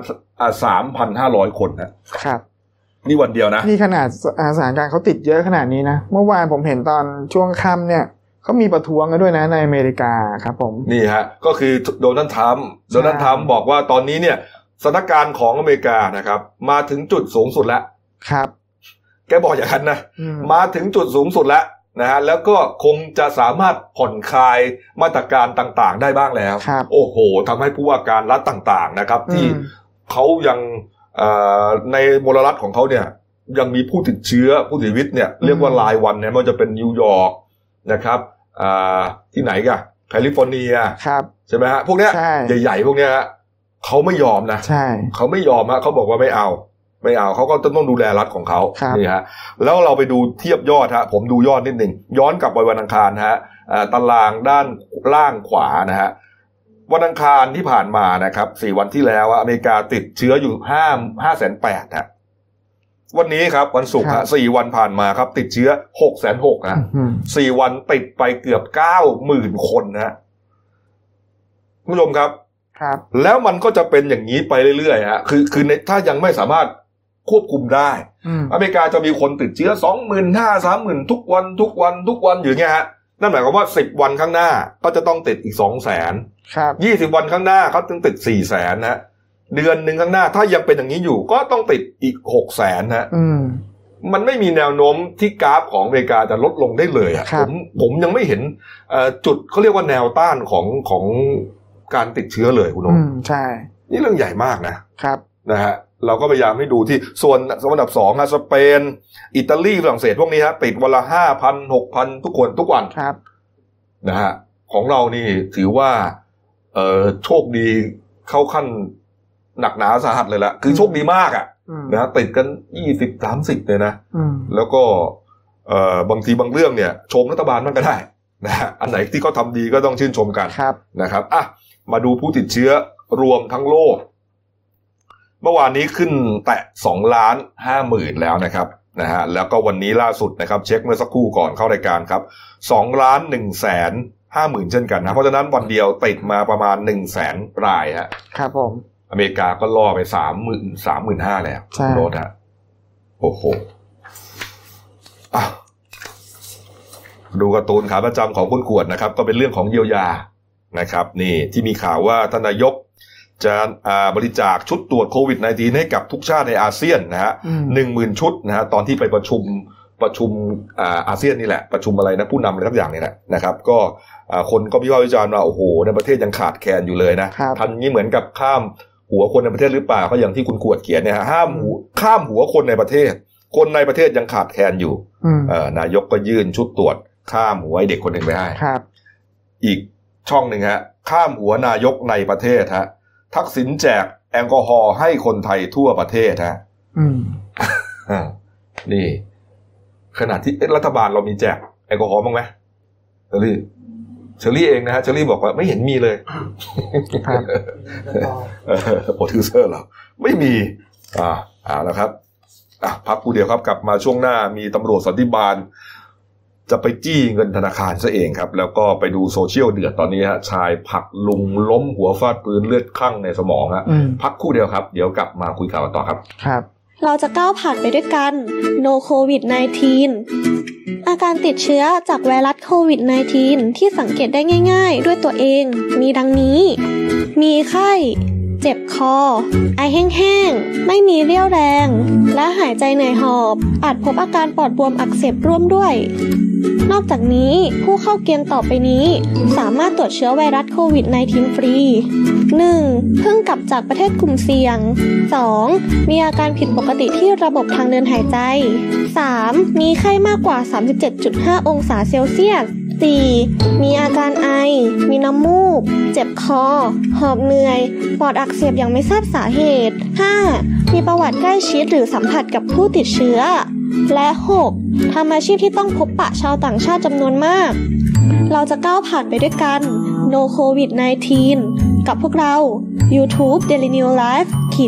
3,500 คนนะครับนี่วันเดียวนะนี่ขนาดสถานการณ์เขาติดเยอะขนาดนี้นะเมื่อวานผมเห็นตอนช่วงค่ำเนี่ยเขามีประท้วงกันด้วยนะในอเมริกาครับผมนี่ฮะก็คือโดนัลด์ทรัมป์บอกว่าตอนนี้เนี่ยสถานการณ์ของอเมริกานะครับมาถึงจุดสูงสุดแล้วครับแกบอกอย่างนั้นนะมาถึงจุดสูงสุดแล้วนะฮะแล้วก็คงจะสามารถผ่อนคลายมาตรการต่างๆได้บ้างแล้วโอ้โหทำให้ผู้ว่าการรัฐต่างๆนะครับที่เขายังในมลรัฐของเขาเนี่ยยังมีผู้ติดเชื้อผู้เสียชีวิตเนี่ยเรียกว่ารายวันเนี่ยมันจะเป็นนิวยอร์กนะครับที่ไหนกันแคลิฟอร์เนียใช่ไหมฮะพวกเนี้ยใหญ่ๆพวกเนี้ยเขาไม่ยอมนะเขาไม่ยอมฮะเขาบอกว่าไม่เอาเขาก็ต้องดูแลรัฐของเขานี่ฮะแล้วเราไปดูเทียบยอดฮะผมดูยอดนิดหนึ่งย้อนกลับไปวันอังคารฮะตารางด้านล่างขวานะฮะวันอังคารที่ผ่านมานะครับ4วันที่แล้วอเมริกาติดเชื้ออยู่5,800,000ฮะวันนี้ครับวันศุกร์ฮะ4วันผ่านมาครับติดเชื้อ660,000ฮะ4วันติดไปเกือบ 90,000 คนฮะผู้ชมครับแล้วมันก็จะเป็นอย่างนี้ไปเรื่อยๆฮะคือถ้ายังไม่สามารถควบคุมได้อเมริกาจะมีคนติดเชื้อ 25,000 30,000 ทุกวันอยู่เงี้ยฮะนั่นหมายความว่า10วันข้างหน้าก็จะต้องติดอีก 200,000 ครับ 20วันข้างหน้าเขาถึงติด 400,000 นะเดือนนึงข้างหน้าถ้ายังเป็นอย่างนี้อยู่ก็ต้องติดอีก 600,000 นะมันไม่มีแนวโน้มที่กราฟของอเมริกาจะลดลงได้เลยอ่ะผมยังไม่เห็นจุดเขาเรียกว่าแนวต้านของการติดเชื้อเลยคุณโน้ตใช่นี่เรื่องใหญ่มากนะครับนะฮะเราก็พยายามให้ดูที่ส่วนอันดับ2นะสเปนอิตาลีฝรั่งเศสพวกนี้ฮะติดวันละ 5,000 6,000 ทุกวันครับนะฮะของเรานี่ถือว่าโชคดีเข้าขั้นหนักหนาสาหัสเลยละคือโชคดีมากอ่ะนะติดกัน 20-30 เลยนะแล้วก็บางทีบางเรื่องเนี่ยชมรัฐบาลมันก็ได้นะฮะอันไหนที่เขาทำดีก็ต้องชื่นชมกันนะครับอ่ะมาดูผู้ติดเชื้อรวมทั้งโลกเมื่อวานนี้ขึ้นแตะ 2,50,000 แล้วนะครับนะฮะแล้วก็วันนี้ล่าสุดนะครับเช็คเมื่อสักครู่ก่อนเข้ารายการครับ 2,150,000 เช่นกันนะเพราะฉะนั้นวันเดียวติดมาประมาณ 100,000 รายฮะครับผมอเมริกาก็ล่อไป 35,000 แล้วโดนฮะโอ้โหดูการ์ตูนขาประจำของคุณขวดนะครับก็เป็นเรื่องของเยียวยานะครับนี่ที่มีข่าวว่าท่านนายกจะบริจาคชุดตรวจโควิด -19 ให้กับทุกชาติในอาเซียนนะฮะ 10,000 ชุดนะฮะตอนที่ไปประชุมอาเซียนนี่แหละประชุมอะไรนะผู้นำอะไรทุกอย่างนี่แหละนะครับก็คนก็วิพากษ์วิจารณ์ว่าโอ้โหในประเทศยังขาดแคลนอยู่เลยนะทันนี้เหมือนกับข้ามหัวคนในประเทศหรือเปล่าก็อย่างที่คุณขวดเขียนเนี่ยข้ามหัวคนในประเทศคนในประเทศยังขาดแคลนอยู่นายกก็ยื่นชุดตรวจข้ามหัวเด็กคนหนึ่งไปให้อีกช่องหนึ่งฮะข้ามหัวนายกในประเทศฮะทักษิณแจกแอลกอฮอล์ให้คนไทยทั่วประเทศฮะนี่ขณะที่รัฐบาลเรามีแจกแอลกอฮอล์บ้างไหมเชอรี่เองนะฮะเชอรี่บอกว่าไม่เห็นมีเลยโปรดิวเซอร์เหรอไม่มีแล้วครับพักกูเดียวครับกลับมาช่วงหน้ามีตำรวจสันติบาลจะไปจี้เงินธนาคารซะเองครับแล้วก็ไปดูโซเชียลเดือดตอนนี้ฮะชายผลักลุงล้มหัวฟาดพื้นเลือดคั่งในสมองฮะพักคู่เดียวครับเดี๋ยวกลับมาคุยข่าวต่อครับเราจะก้าวผ่านไปด้วยกัน No COVID-19 อาการติดเชื้อจากไวรัสโควิด -19 ที่สังเกตได้ง่ายๆด้วยตัวเองมีดังนี้มีไข้เจ็บคอไอแห้งๆไม่มีเรี่ยวแรงและหายใจเหนื่อยหอบอาจพบอาการปอดบวมอักเสบร่วมด้วยนอกจากนี้ผู้เข้าเกณฑ์ต่อไปนี้สามารถตรวจเชื้อไวรัสโควิด -19 ฟรี 1. เพิ่งกลับจากประเทศกลุ่มเสี่ยง 2. มีอาการผิดปกติที่ระบบทางเดินหายใจ 3. มีไข้มากกว่า 37.5 องศาเซลเซียส 4. มีอาการไอมีน้ำมูกเจ็บคอหอบเหนื่อยปอดอักเสบอย่างไม่ทราบสาเหตุ 5. มีประวัติใกล้ชิดหรือสัมผัสกับผู้ติดเชื้อและ 6. ทำอาชีพที่ต้องพบปะชาวต่างชาติจำนวนมากเราจะก้าวผ่านไปด้วยกัน No COVID-19 กับพวกเรา YouTube Daily New Life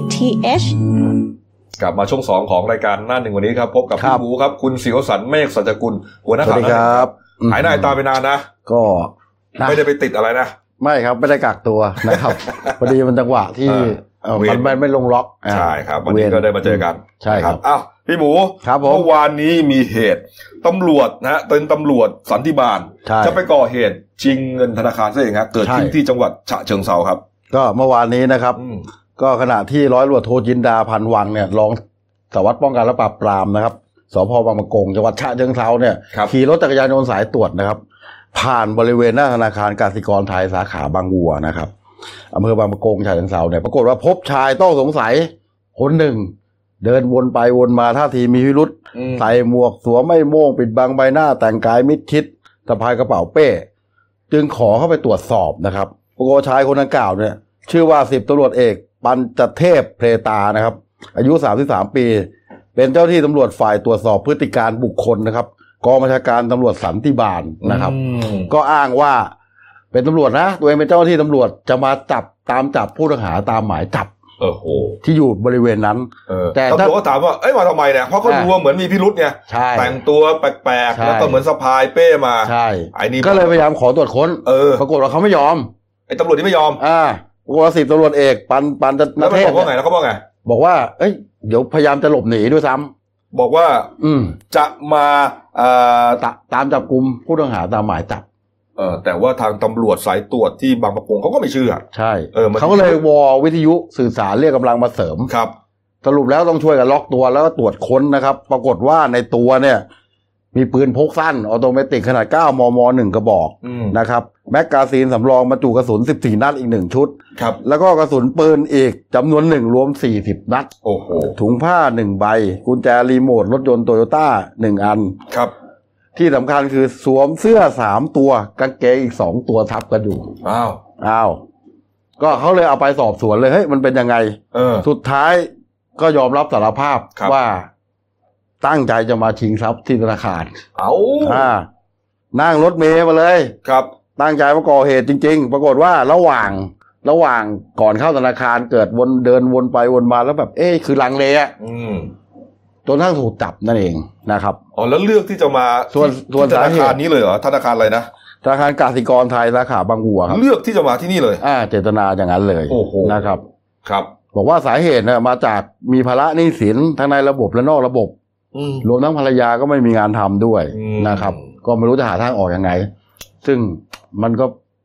_th กลับมาช่วง2ของรายการหน้าหนึ่งวันนี้ครับพบกับพี่หมูครับคุณศิวสันต์เมฆสัจกุลหัวหน้าข่าวครับหายหน้าตาไปนานนะก็ไม่ได้ไปติดอะไรนะไม่ครับไม่ได้กักตัวนะครับพอดีมันจังหวะที่มันไม่ลงล็อกใช่ครับวันนี้ก็ได้มาเจอกันใช่ครับอ้าวพี่หมูเมื่อวานนี้มีเหตุตำรวจนะเป็นตำรวจสันติบาลจะไปก่อเหตุชิงเงินธนาคารซะเองครับเกิดขึ้นที่จังหวัดฉะเชิงเทราครับก็เมื่อวานนี้นะครับก็ขณะที่ร้อยตำรวจโทจินดาพันวังเนี่ยรองสารวัตรป้องกันและปราบปรามนะครับสภ.บางประกงจังหวัดฉะเชิงเทราเนี่ยขี่รถจักรยานยนต์สายตรวจนะครับผ่านบริเวณหน้าธนาคารกสิกรไทยสาขาบางวัวนะครับอำเภอบางประกงฉะเชิงเทราเนี่ยปรากฏว่าพบชายต้องสงสัยคนหนึ่งเดินวนไปวนมาท่าทีมีพิรุษใส่หมวกสวมไม่โม่งปิดบังใบหน้าแต่งกายมิดชิดสะพายกระเป๋าเป้จึงขอเข้าไปตรวจสอบนะครับปรากฏชายคนดังกล่าวเนี่ยชื่อว่า10 ตำรวจเอกปัญจเทพเพลตานะครับอายุ33 ปีเป็นเจ้าที่ตำรวจฝ่ายตรวจสอบพฤติการบุคคลนะครับกองบัญชาการตำรวจสันติบาลนะครับก็อ้างว่าเป็นตำรวจนะตัวเองเป็นเจ้าหน้าที่ตำรวจจะมาตามจับผู้ต้องหาตามหมายจับที่อยู่บริเวณนั้นแต่ตำรวจก็ถามว่าเอ้ยมาทำไมเนี่ยเพราะเขาดูว่าเหมือนมีพิรุธไงแต่งตัวแปลกๆแล้วก็เหมือนสะพายเป้มาใช่ก็เลยพยายามขอตรวจค้นปรากฏว่าเขาไม่ยอมไอ้ตำรวจที่ไม่ยอมว่า10 ตำรวจเอกปันจะแล้วเขาบอกว่าไงแล้วเขาบอกไงบอกว่าเอ้ยเดี๋ยวพยายามจะหลบหนีด้วยซ้ำบอกว่าจะมาตามจับกุมผู้ต้องหาตามหมายจับแต่ว่าทางตำรวจสายตรวจที่บางประกงเขาก็ไม่เชื่อใช่เขาก็เลยวอวิทยุสื่อสารเรียกกำลังมาเสริมครับสรุปแล้วต้องช่วยกันล็อกตัวแล้วก็ตรวจค้นนะครับปรากฏว่าในตัวเนี่ยมีปืนพกสั้นออโตเมติกขนาด9 มม. 1 กระบอกนะครับแมกกาซีนสำรองบรรจุกระสุน14 นัดอีก1ชุดครับแล้วก็กระสุนปืนอีกจำนวน1รวม40 นัดโอ้โหถุงผ้า1ใบกุญแจรีโมทรถยนต์โตโยต้า1 อันครับที่สำคัญคือสวมเสื้อ3 ตัวกางเกงอีก2 ตัวทับกันอยู่อ้าวก็เขาเลยเอาไปสอบสวนเลยเฮ้ยมันเป็นยังไงสุดท้ายก็ยอมรับสารภาพว่าตั้งใจจะมาชิงทรัพย์ที่ธนาคารนั่งรถเมล์มาเลยครับตั้งใจมาก่อเหตุจริงๆปรากฏว่าระหว่างก่อนเข้าธนาคารเกิดเดินวนไปวนมาแล้วแบบคือลังเลจนทั้งถูกจับนั่นเองนะครับแล้วเลือกที่จะมาส่วนธนาคารนี้เลยเหรอธนาคารอะไรนะธนาคารกสิกรไทยสาขาบางวัวครับเลือกที่จะมาที่นี่เลยเจตนาอย่างนั้นเลยนะครับครับบอกว่าสาเหตุเนี่ยมาจากมีภาระหนี้สินทั้งในระบบและนอกระบบรวมทั้งภรรยาก็ไม่มีงานทำด้วยนะครับก็ไม่รู้จะหาทางออกยังไงซึ่งมันก็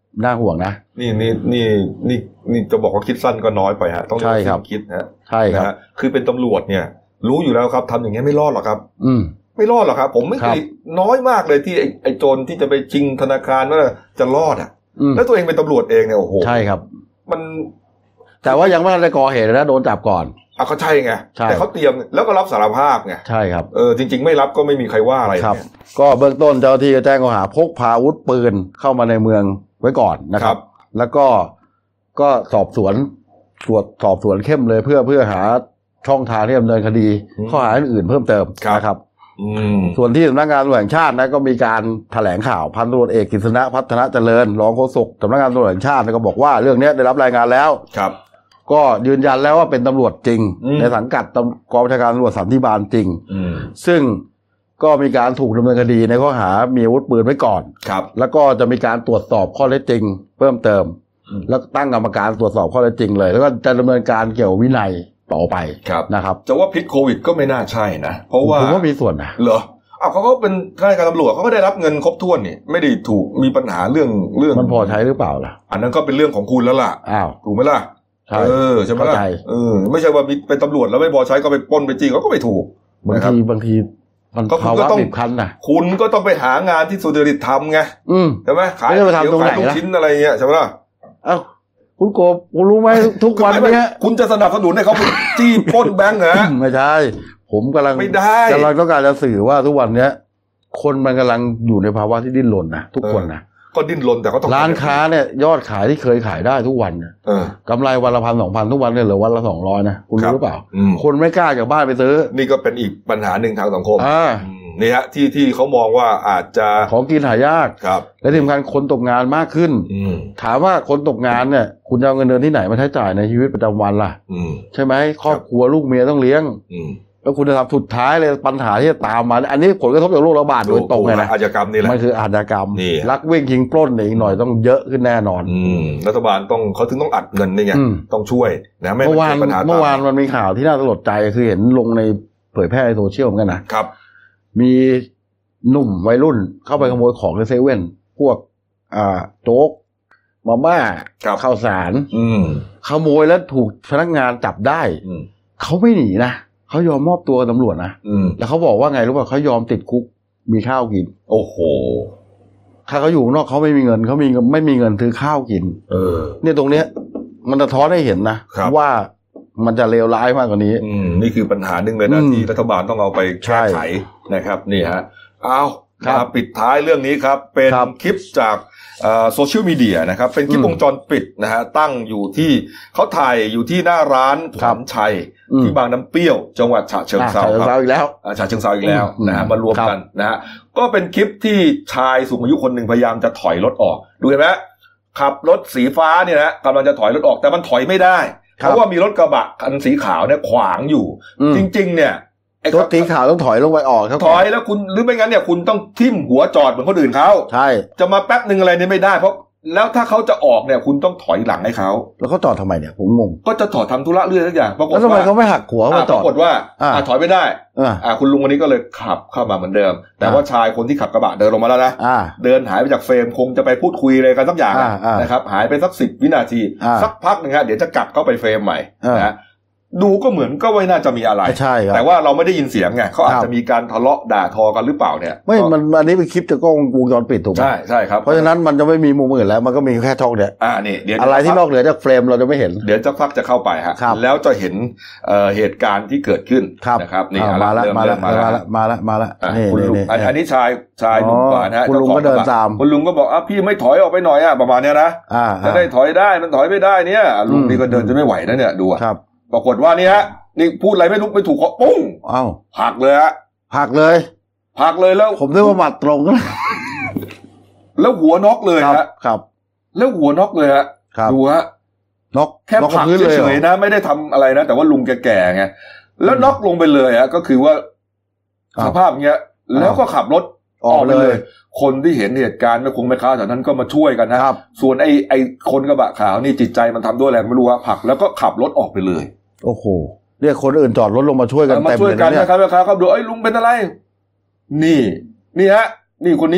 น่าห่วงนะนี่จะบอกว่าคิดสั้นก็น้อยไปฮะต้องคิดฮะใช่ครับคือเป็นตำรวจเนี่ยรู้อยู่แล้วครับทำอย่างเงี้ยไม่รอดหรอกครับไม่รอดหรอกครับผมไม่เคยน้อยมากเลยที่ไอ้โจรที่จะไปชิงธนาคารว่าจะรอดอ่ะแล้วตัวเองเป็นตำรวจเองเนี่ยโอ้โหใช่ครับมันแต่ว่ายังไม่ได้ก่อเหตุนะโดนจับก่อนเขาใช่ไงแต่เขาเตรียมแล้วก็รับสารภาพไงใช่ครับจริงๆไม่รับก็ไม่มีใครว่าอะไรครับก็เบื้องต้นเจ้าหน้าที่ก็แจ้งข้อหาพกพาอาวุธปืนเข้ามาในเมืองไว้ก่อนนะครับแล้วก็สอบสวนเข้มเลยเพื่อหาช่องทางที่ดำเนินคดีข้อหาอื่นเพิ่มเติมนะครับส่วนที่สำนักงานตำรวจแห่งชาตินะก็มีการแถลงข่าวพันตำรวจเอกกฤษณะพัฒนาเจริญรองโฆษกสำนักงานตำรวจแห่งชาติก็บอกว่าเรื่องนี้ได้รับรายงานแล้วครับก็ยืนยันแล้วว่าเป็นตำรวจจริงในสังกัดกองบัญชาการตำรวจสันติบาลจริงซึ่งก็มีการถูกดำเนินคดีในข้อหามีอาวุธปืนไว้ก่อนแล้วก็จะมีการตรวจสอบข้อเท็จจริงเพิ่มเติมแล้วตั้งกรรมการตรวจสอบข้อเท็จจริงเลยแล้วก็จะดำเนินการเกี่ยววินัยต่อไปนะครับจะว่าพิษโควิดก็ไม่น่าใช่นะเพราะว่าผมว่ามีส่วนนะเหรอเขาเป็นข้าราชการตำรวจเขาก็ได้รับเงินครบถ้วนนี่ไม่ได้ถูกมีปัญหาเรื่องมันพอใช้หรือเปล่าล่ะอันนั้นก็เป็นเรื่องของคุณแล้วล่ะถูกไหมล่ะใช่ไหมล่ะไม่ใช่ว่าเป็นตำรวจแล้วไม่พอใช้ก็ไปปล้นไปจี้เขาก็ไม่ถูกบางทีมันภาวะบีบคั้นนะคุณก็ต้องไปหางานที่สุจริตทำไงใช่ไหมขายตรงไหนชิ้นอะไรเงี้ยใช่ไหมล่ะคุณโกคุณรู้ไหมทุกวันนี้คุณจะสนับสนุนให้เขาไปจี้ปล้นแบงก์เหรอไม่ใช่ผมกำลังต้องการจะสื่อว่าทุกวันนี้คนมันกำลังอยู่ในภาวะที่ดิ้นรนนะทุกคนนะก็ดิ้นรนแต่ก็ต้องร้านค้าเนี่ยยอดขายที่เคยขายได้ทุกวันเนี่ยกำไรวันละ1,000-2,000ทุกวันเนี่ยเหลือวันละ200นะคุณรู้หรือเปล่าคนไม่กล้าจากบ้านไปซื้อนี่ก็เป็นอีกปัญหาหนึ่งทางสังคมนี่ฮะที่เขามองว่าอาจจะของกินหายากและที่สำคัญคนตกงานมากขึ้นถามว่าคนตกงานเนี่ยคุณจะเอาเงินเดือนที่ไหนมาใช้จ่ายในชีวิตประจำวันล่ะใช่ไหมครอบครัวลูกเมียต้องเลี้ยงแล้วคุณจะทำสุดท้ายเลยปัญหาที่จะตามมาอันนี้ผลกระทบจากโรคระบาดโดยตรงเลยนะอาชญากรรมนี่แหละมันคืออาชญากรรมลักวิ่งยิงปล้นอีกหน่อยต้องเยอะขึ้นแน่นอนรัฐบาลเขาถึงต้องอัดเงินนี่ไงต้องช่วยนะไม่เมื่อวานมันมีข่าวที่น่าสลดใจคือเห็นลงในเผยแพร่ในโซเชียลเหมือนกันนะครับมีหนุ่มวัยรุ่นเข้าไปขโมยของในเซเว่นพวกโจ๊กมาม่าข้าวสารขโมยแล้วถูกพนักงานจับได้เขาไม่หนีนะเขายอมมอบตัวตำรวจนะแล้วเขาบอกว่าไงรู้ป่ะเขายอมติดคุกมีข้าวกินโอ้โหถ้าเขาอยู่นอกเขาไม่มีเงินเขาไม่มีเงินซื้อข้าวกินเนี่ยตรงเนี้ยมันสะท้อนให้เห็นนะว่ามันจะเลวร้ายมากกว่านี้นี่คือปัญหาหนึ่งเลยนะที่รัฐบาลต้องเอาไปแก้ไขนะครับนี่ฮะเอามาปิดท้ายเรื่องนี้ครับเป็นคลิปจากโซเชียลมีเดียนะครับเป็นคลิปวงจรปิดนะฮะตั้งอยู่ที่เขาถ่ายอยู่ที่หน้าร้านขวัญชัยที่บางน้ำเปรี้ยวจังหวัดฉะเชิงเทราครับอีกแล้วฉะเชิงเทราอีกแล้วนะฮะมารวมกันนะฮะก็เป็นคลิปที่ชายสูงอายุคนหนึ่งพยายามจะถอยรถออกดูเห็นไหมขับรถสีฟ้าเนี่ยนะกำลังจะถอยรถออกแต่มันถอยไม่ได้เพราะว่ามีรถกระบะคันสีขาวเนี่ยขวางอยู่จริงๆเนี่ยรถสีขาวต้องถอยลงไปออกครับถอยแล้วคุณหรือไม่งั้นเนี่ยคุณต้องทิ่มหัวจอดเหมือนคนอื่นเขาใช่จะมาแป๊บนึงอะไรเนี่ยไม่ได้เพราะแล้วถ้าเขาจะออกเนี่ยคุณต้องถอยหลังให้เขาแล้วเขาจอดทำไมเนี่ยผมงงก็จะถอดทำธุระเรื่องทุกอย่างปรากฏว่าแล้วทำไมเขาไม่หักหัวมาจอดปรากฏว่าถอยไม่ได้คุณลุงคนนี้ก็เลยขับเข้ามาเหมือนเดิมแต่ว่าชายคนที่ขับกระบะเดินลงมาแล้วนะเดินหายไปจากเฟรมคงจะไปพูดคุยอะไรกันสักอย่างนะครับหายไปสัก10 วินาทีสักพักนึงฮะเดี๋ยวจะกลับเข้าไปเฟรมใหม่นะดูก็เหมือนก็ไม่น่าจะมีอะไรใช่ครับแต่ว่าเราไม่ได้ยินเสียงไงเขาอาจจะมีการทะเลาะด่าทอกันหรือเปล่าเนี่ยไม่มันอันนี้เป็นคลิปจากกล้องวงจรปิดถูกไหมใช่ครับเพราะฉะนั้นมันจะไม่มีมุมอื่นแล้วมันก็มีแค่ช่องเดียวนี่เดี๋ยวอะไรที่นอกเหนือจากเฟรมเราจะไม่เห็นเดี๋ยวจะพักจะเข้าไปฮะแล้วจะเห็นเหตุการณ์ที่เกิดขึ้นนะครับนี่มาแล้วคุณลุงอันนี้ชายหนุ่มกว่านะฮะคุณลุงก็เดินตามคุณลุงก็บอกพี่ไม่ถอยออกไปหน่อยประมาณนี้นะจะได้ถอยได้มันถอยไม่ได้เนี่ยลุงนี่ก็เดินจะไม่ไหวนะเนี่ยดูปรากฏว่านี่ฮะนี่พูดอะไรไม่รู้ไปถูกเขาปุ้งหักเลยฮะหักเลยแล้วผมนึกว่าหมัดตรงแล้วหัวน็อกเลยฮะครับแล้วหัวน็อกเลยฮะดูฮะน็อกแค่ผลักเฉยๆนะไม่ได้ทำอะไรนะแต่ว่าลุงแก่ๆไงแล้วน็อกลงไปเลยฮะก็คือว่าสภาพเงี้ยแล้วก็ขับรถออกไปเลยคนที่เห็นเหตุการณ์ไม่คงไม่ค้าแถวนั้นก็มาช่วยกันนะครับส่วนไอ้คนกระบะขาวนี่จิตใจมันทำด้วยอะไรไม่รู้ว่าผลักแล้วก็ขับรถออกไปเลยโอ้โหเรียกคนอื่นจอดรถลงมาช่วยกันเต็มเลยนะครับดูลุงเป็นอะไรนี่ฮะนี่คนนี้คุณ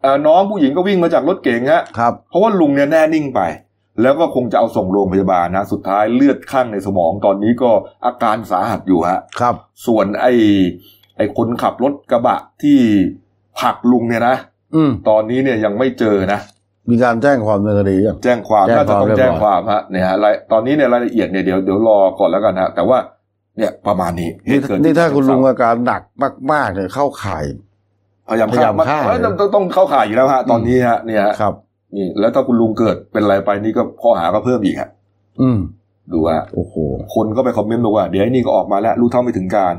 น้องผู้หญิงก็วิ่งมาจากรถเก๋งฮะเพราะว่าลุงเนี่ยแน่นิ่งไปแล้วก็คงจะเอาส่งโรงพยาบาลนะสุดท้ายเลือดข้างในสมองตอนนี้ก็อาการสาหัสอยู่ฮะส่วนไอ้คนขับรถกระบะที่ผลักลุงเนี่ยนะตอนนี้เนี่ยยังไม่เจอนะมีการแจ้งความดำเนินคดียังแจ้งความน่าจะต้องแจ้งความฮะเนี่ยฮะตอนนี้เนี่ยรายละเอียดเนี่ยเดี๋ยวรอก่อนแล้วกันฮะแต่ว่าเนี่ยประมาณนี้นี่ถ้าคุณลุงอาการหนักมากๆเนี่ยเข้าข่ายพยายามฆ่าต้องเข้าข่ายอยู่แล้วฮะตอนนี้ฮะเนี่ยครับนี่แล้วถ้าคุณลุงเกิดเป็นอะไรไปนี่ก็ข้อหาก็เพิ่มอีกฮะดูฮะโอ้โหคนก็ไปคอมเมนต์บอกว่าเดี๋ยวนี่ก็ออกมาแล้วรู้เท่าไม่ถึงการ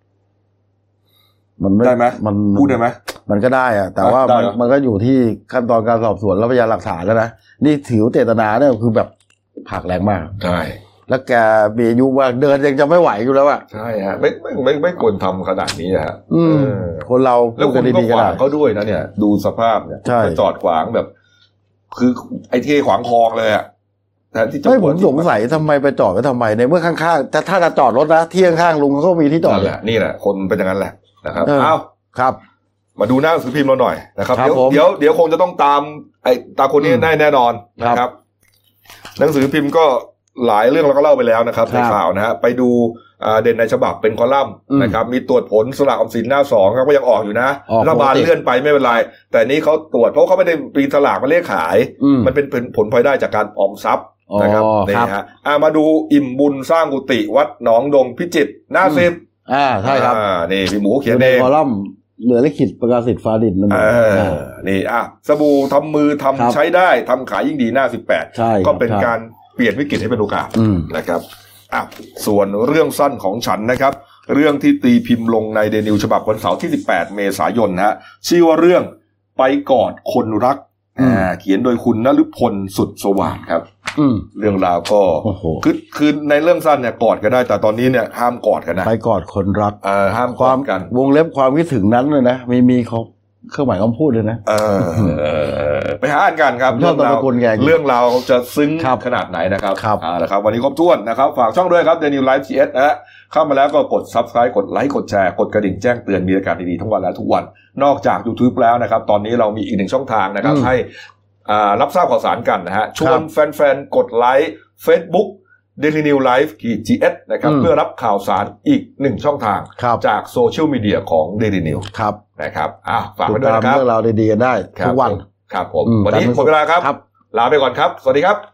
มันได้ไหมมันพูดได้ไหมมันก็ได้อะแต่ว่ามันก็อยู่ที่ขั้นตอนการสอบสวนและพยานหลักฐานแล้วนะนี่ถือเจตนาเนี่ยคือแบบผลักแรงมากใช่แล้วแกมีอายุว่าเดินยังจะไม่ไหวอยู่แล้วอะใช่ฮะไม่ควรทำขนาดนี้ฮะคนเราแล้วคุณก็ขวางเขาด้วยนะเนี่ยดูสภาพเนี่ยจอดขวางแบบคือไอ้เทขวางคลองเลยอะแต่ที่ไม่ผมสงสัยทำไมไปจอดไว้ทำไมในเมื่อข้างๆถ้าจะจอดรถนะที่ข้างๆลุงเขามีที่จอดเลยนี่แหละคนเป็นอย่างนั้นแหละนะครับเอาครับมาดูหน้าหนังสือพิมพ์เราหน่อยนะครับเดี๋ยวคงจะต้องตามคนนี้แน่นอนนะครับหนังสือพิมพ์ก็หลายเรื่องเราก็เล่าไปแล้วนะครับในข่าวนะฮะไปดูเด่นในฉบับเป็นคอลัมน์นะครับมีตรวจผลสลากออมสินหน้า2ครับก็ยังออกอยู่นะรัฐบาลเลื่อนไปไม่เป็นไรแต่นี้เขาตรวจเพราะเขาไม่ได้ปีสลากมาเลขขายมันเป็นผลพลอยได้จากการออมทรัพย์นะครับนี่ฮะมาดูอิ่มบุญสร้างกุฏิวัดหนองดงพิจิตรหน้า10 ใช่ครับนี่พี่หมูเขียนเองคอลัมน์เหลือลิขิตประกาศสิทธิ์ฟ้าดินนั่นนี่สบู่ทำมือทำใช้ได้ทำขายยิ่งดีหน้า18ก็เป็นการเปลี่ยนวิกฤตให้เป็นโอกาสนะครับส่วนเรื่องสั้นของฉันนะครับเรื่องที่ตีพิมพ์ลงในเดนิวฉบับวันเสาร์ที่18เมษายนฮะชื่อว่าเรื่องไปกอดคนรักเขียนโดยคุณนฤพลสุดสว่างครับเรื่องราวก็คือในเรื่องสั้นเนี่ยกอดกันได้แต่ตอนนี้เนี่ยห้ามกอดกันนะไปกอดคนรักห้ามกอดกันวงเล็บความคิดถึงนั้นเลยนะมีเขาเครื่องหมายคำพูดเลยนะไปหาอ่านกันครับเรื่องราวจะซึ้งขนาดไหนนะครับนะครับวันนี้ครบถ้วนนะครับฝากช่องด้วยครับ The New Life TS นะเข้ามาแล้วก็กด Subscribe กดไลค์กดแชร์กดกระดิ่งแจ้งเตือนมีรายการดีๆทั้งวันและทุกวันนอกจาก YouTube แล้วนะครับตอนนี้เรามีอีกหนึ่งช่องทางนะครับให้รับทราบข่าวสารกันนะฮะชวนแฟนๆกดไลค์ Facebook Daily New Life TS นะครับเพื่อรับข่าวสารอีกหนึ่งช่องทางจากโซเชียลมีเดียของ Daily New นะครับฝากไว้ด้วยนะครับเรื่องราวดีๆกันได้ทุกวันครับผมวันนี้หมดเวลาครับลาไปก่อนครับสวัสดีครับ